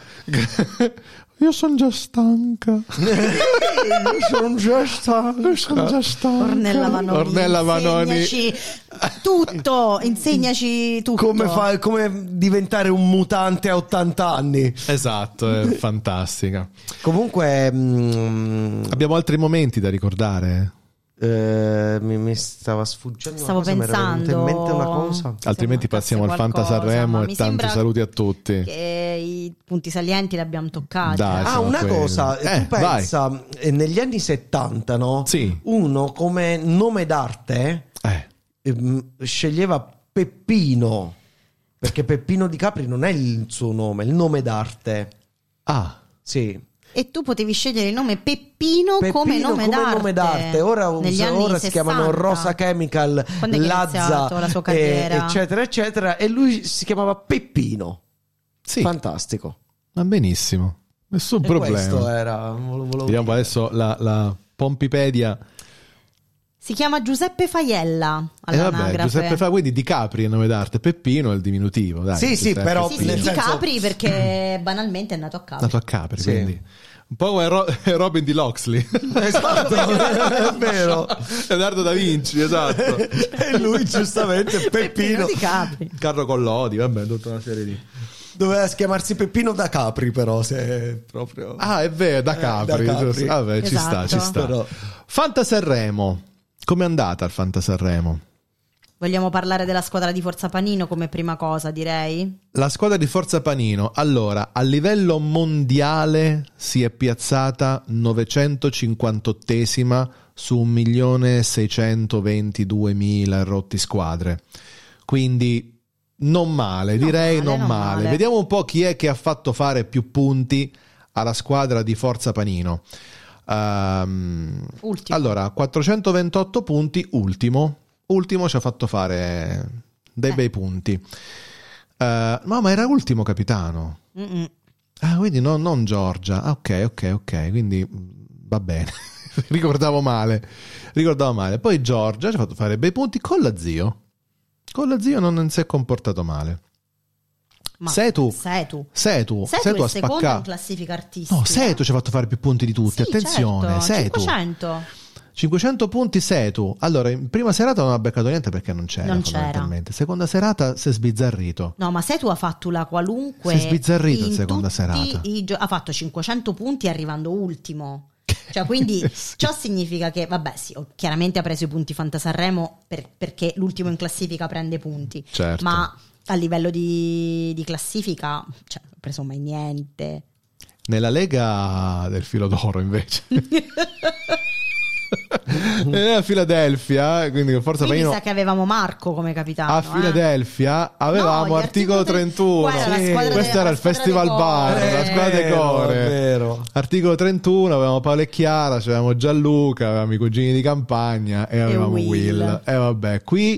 Io sono già stanca. Io sono già stanco. Io sono già stanca. Ornella Vanoni, Ornella Vanoni. insegnaci tutto, insegnaci tutto. Come, fa, come diventare un mutante a ottanta anni. Esatto, è fantastica. Comunque mm, Abbiamo altri momenti da ricordare? eh, mi, mi stava sfuggendo Stavo una cosa, mi era venuta pensando in mente una cosa. Altrimenti passiamo al Fanta qualcosa, Sanremo ma e mi tanti sembra saluti a tutti. che i punti salienti li abbiamo toccati. Dai, Ah, sono una quelli. cosa, Eh, tu pensa eh, negli anni settanta, no? Sì. Uno come nome d'arte Eh. ehm, sceglieva Peppino, perché Peppino Di Capri non è il suo nome, è il nome d'arte. Ah, Sì. E tu potevi scegliere il nome Peppino, Peppino come nome come d'arte. nome d'arte. Ora, negli ora anni si chiamano sessanta. Rosa Chemical, Quando è che ha Lazza, iniziato la sua eh, carriera? eccetera, eccetera. E lui si chiamava Peppino. sì, Fantastico. va benissimo. Nessun E problema. questo era. volevo Vediamo dire. adesso la, la Pompipedia. Si chiama Giuseppe Faiella E vabbè, all'anagrafe. Giuseppe Fa, quindi Di Capri è il nome d'arte, Peppino è il diminutivo. Dai, Sì, sì, Giuseppe però- Sì, sì, Peppino. nel di senso- Capri perché banalmente è nato a Capri. Nato a Capri, Sì. quindi un po' come Ro- Robin di Loxley. Esatto, è vero. Leonardo da Vinci, esatto. E lui giustamente Peppino. di Capri. Carlo Collodi, vabbè, tutta una serie di... Doveva chiamarsi Peppino da Capri, però, se proprio. Ah, è vero, da Eh, Capri. da Capri. giusto. Vabbè, ci sta, Esatto. ci sta. Però- Fanta Sanremo. Com'è andata il Fanta Sanremo? Vogliamo parlare della squadra di Forza Panino come prima cosa, direi? La squadra di Forza Panino, allora, a livello mondiale si è piazzata novecentocinquantottesima su un milione seicentoventiduemila rotti squadre. Quindi non male, Non direi male, non, non male. male. Vediamo un po' chi è che ha fatto fare più punti alla squadra di Forza Panino. Ehm, Ultimo. allora, quattrocentoventotto punti, ultimo. Ultimo ci ha fatto fare dei Eh. bei punti. Eh, no, ma era ultimo capitano. Mm-mm. Ah, quindi no, non Giorgia. Ah, ok, ok, ok. Quindi mh, va bene. Ricordavo male. Ricordavo male. Poi Giorgia ci ha fatto fare bei punti con la zio. Con la zio non, non si è comportato male. Ma Setu. Setu. Setu. Setu Setu è ha secondo in spaccato. classifica artistica. No, Setu ci ha fatto fare più punti di tutti. Sì, Attenzione, certo, Setu. cinquecento. cinquecento punti Setu. Allora, in prima serata non ha beccato niente perché non c'era, Non c'era. fondamentalmente. Seconda serata si è sbizzarrito. No, ma Setu ha fatto la qualunque. Si è sbizzarrito in in seconda tutti serata. i gio- ha fatto cinquecento punti arrivando ultimo. Cioè, quindi Sì. ciò significa che, vabbè, sì, oh, chiaramente ha preso i punti Fanta Sanremo per- perché l'ultimo in classifica prende punti. Certo. Ma a livello di, di classifica, cioè, non ha preso mai niente. Nella Lega del Filo d'Oro, invece. Nella Philadelphia, quindi con Forza Qui mi Panino. sa che avevamo Marco come capitano. A eh. Philadelphia avevamo No, gli articolo articolo trentuno. Qua era la Sì. squadra Questo de- era la il squadra Festival dei Bar, core. la squadra dei Vero, core. vero. Articolo trentuno, avevamo Paolo e Chiara, avevamo Gianluca, avevamo i cugini di campagna e avevamo Will. Will. E vabbè, qui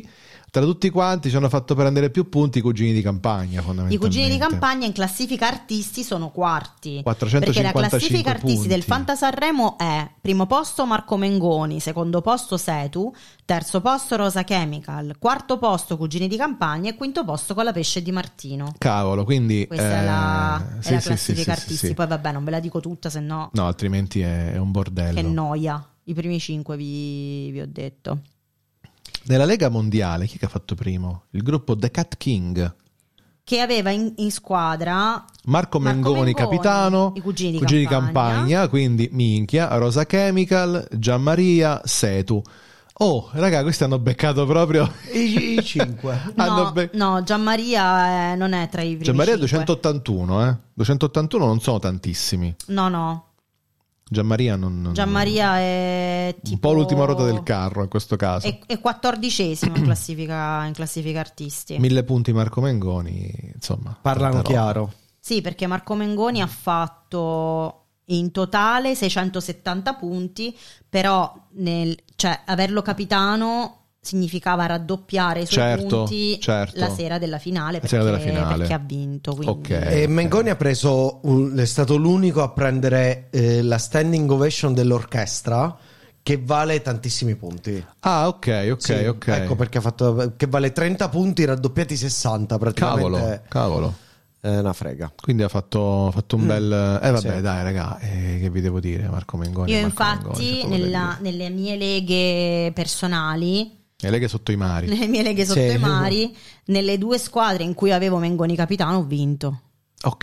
tra tutti quanti ci hanno fatto prendere più punti i cugini di campagna, fondamentalmente. I cugini di campagna in classifica artisti sono quarti, quattrocentocinquantacinque perché la classifica artisti punti. del Fantasanremo è: primo posto Marco Mengoni, secondo posto Setu, terzo posto Rosa Chemical, quarto posto Cugini di campagna e quinto posto Colapesce Di Martino. Cavolo, quindi Questa eh, è la, è sì, la sì, classifica sì, sì, artisti. sì, sì. Poi vabbè, non ve la dico tutta, se no No, altrimenti è, è un bordello. che noia. I primi cinque vi, vi ho detto. Nella Lega Mondiale, chi che ha fatto primo? Il gruppo The Cat King. Che aveva in, in squadra Marco Mengoni, Mengoni, capitano, i cugini di cugini campagna. di campagna, quindi minchia, Rosa Chemical, Gianmaria, Setu. Oh, raga, questi hanno beccato proprio I, i cinque. hanno No, be- no, Gianmaria eh, non è tra i primi Gianmaria cinque. duecentottantuno, eh. duecentottantuno non sono tantissimi. No, no. Gianmaria non, non Gianmaria è tipo un po' l'ultima ruota del carro in questo caso. È, è quattordicesimo in classifica, in classifica artisti. Mille punti Marco Mengoni, insomma. Parlano tanta roba. chiaro. Sì, perché Marco Mengoni ha fatto in totale seicentosettanta punti, però nel, cioè, averlo capitano significava raddoppiare i suoi Certo, punti certo. la sera della finale, La perché, sera della finale. perché ha vinto. Quindi. Ok. E Mengoni ha preso un- è stato l'unico a prendere eh, la standing ovation dell'orchestra, che vale tantissimi punti. Ah, ok, ok, Sì, ok. Ecco perché ha fatto, che vale trenta punti raddoppiati sessanta praticamente. Cavolo, cavolo. È una frega. Quindi ha fatto, ha fatto un bel... Eh vabbè, Sì. dai, raga, eh, che vi devo dire, Marco Mengoni. Io Marco infatti Mengoni, c'è poco da nella- nelle mie leghe personali, dire. E lei che è sotto i mari. nelle mie leghe sotto Sì. i mari, nelle due squadre in cui avevo Mengoni capitano, ho vinto. Ok.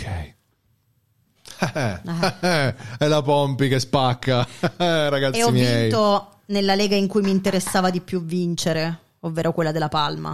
È la Pompi che spacca. Ragazzi E ho miei. vinto nella lega in cui mi interessava di più vincere, ovvero quella della Palma.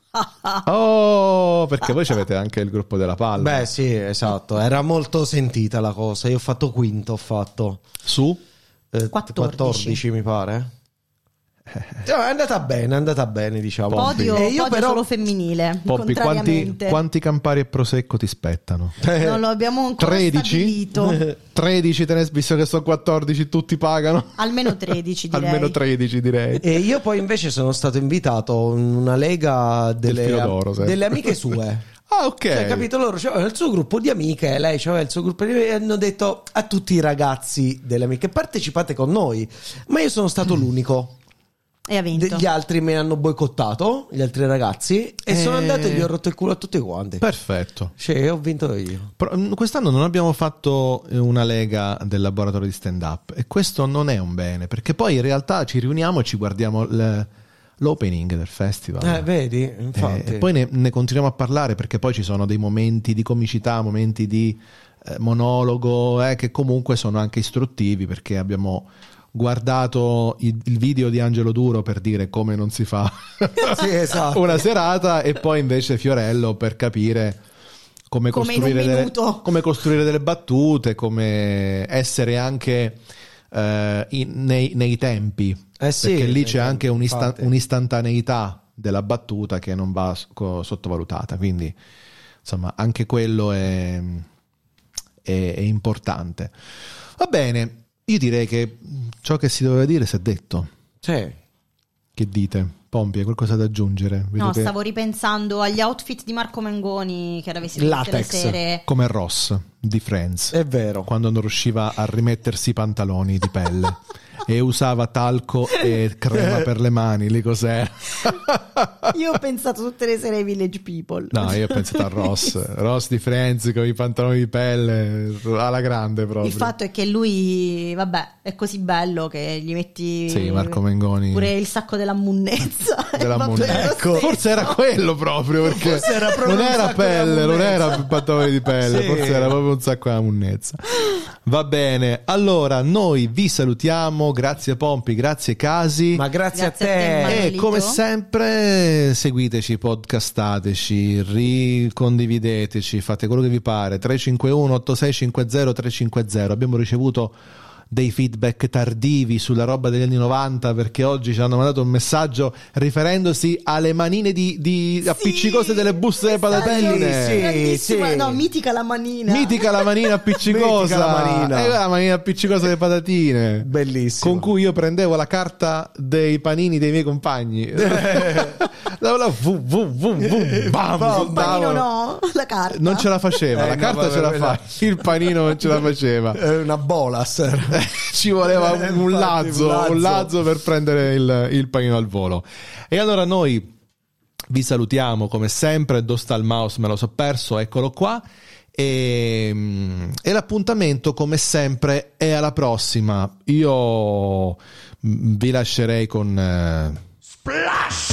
Oh, perché voi avete anche il gruppo della Palma. Beh sì, esatto, era molto sentita la cosa. Io ho fatto quinto, ho fatto Su? eh, quattordici. quattordici mi pare. No, è andata bene, è andata bene, diciamo. Podio, E io podio però solo femminile, Pompi, quanti, contrariamente. quanti Campari e Prosecco ti spettano? Non lo abbiamo ancora tredici? stabilito. tredici, te ne visto che sono quattordici, tutti pagano? Almeno tredici, direi. Almeno tredici, direi. E io poi invece sono stato invitato in una lega Del delle, filo d'oro, sempre. delle amiche sue. Ah, ok. Cioè, capito? Loro c'avevano il suo gruppo di amiche, lei c'aveva il suo gruppo di amiche, e hanno detto a tutti i ragazzi delle amiche: partecipate con noi. Ma io sono stato l'unico. E ha vinto. De- gli altri mi hanno boicottato, gli altri ragazzi, e Eh. sono andato e gli ho rotto il culo a tutti quanti. Perfetto. Cioè, ho vinto io. Però, mh, quest'anno non abbiamo fatto eh, una lega del laboratorio di stand up e questo non è un bene, perché poi in realtà ci riuniamo e ci guardiamo l- l'opening del festival. Eh, vedi? Infatti. Eh, e poi ne, ne continuiamo a parlare, perché poi ci sono dei momenti di comicità, momenti di eh, monologo eh, che comunque sono anche istruttivi, perché abbiamo guardato il, il video di Angelo Duro per dire come non si fa Sì, esatto. una serata, e poi invece Fiorello per capire come, Come in costruire, un delle, minuto. come costruire delle battute, come essere anche eh, in- nei, nei tempi, Eh sì, perché lì nei c'è tempi, anche un'istan- infatti. un'istantaneità della battuta che non va s- co- sottovalutata, quindi insomma anche quello è, è, è importante. Va bene, io direi che ciò che si doveva dire si è detto. Sì. Che dite? Pompi, hai qualcosa da aggiungere? Vedo No, che- stavo ripensando agli outfit di Marco Mengoni che era vestito tutte le Latex. sere. come Ross di Friends, È vero. quando non riusciva a rimettersi i pantaloni di pelle e usava talco e crema per le mani, lì cos'è? Io ho pensato tutte le sere ai Village People. No, io ho pensato a Ross, Ross di Friends con i pantaloni di pelle alla grande proprio. Il fatto è che lui, vabbè, è così bello che gli metti Sì, Marco Mengoni. pure il sacco della munnezza. della Va munna. bene lo Ecco, stesso. forse era quello proprio, perché Forse era proprio non un era sacco della pelle, non munnezza. era pantaloni di pelle, Sì. forse era proprio un sacco della munnezza. Va bene, allora noi vi salutiamo, grazie Pompi, grazie Casi. Ma grazie, Grazie a a te, te. Manuel. E Manolito. come sempre seguiteci, podcastateci, ricondivideteci, fate quello che vi pare. Tre cinque uno otto sei cinque zero tre cinque zero. Abbiamo ricevuto dei feedback tardivi sulla roba degli anni novanta, perché oggi ci hanno mandato un messaggio riferendosi alle manine di, di Sì, appiccicose delle buste delle patatine. Sì, grandissima, sì. no, mitica la manina. Mitica la manina appiccicosa. Mitica la manina. Eh, la manina appiccicosa delle patatine. Bellissimo. Con cui io prendevo la carta dei panini dei miei compagni. Andavo là, vu, vu, vu, vu, bam, Bam, sul Il panino tavolo. no, la carta. Non ce la faceva, Eh, la no, carta vabbè, ce la quella- fa, il panino non ce la faceva. È una bolas. Ci voleva Eh, un, un infatti, lazzo, un lazzo. un lazzo per prendere il, il panino al volo. E allora noi vi salutiamo come sempre. Dove sta il mouse? Me lo so perso, eccolo qua. E, e l'appuntamento come sempre è alla prossima. Io mm, vi lascerei con eh, Splash!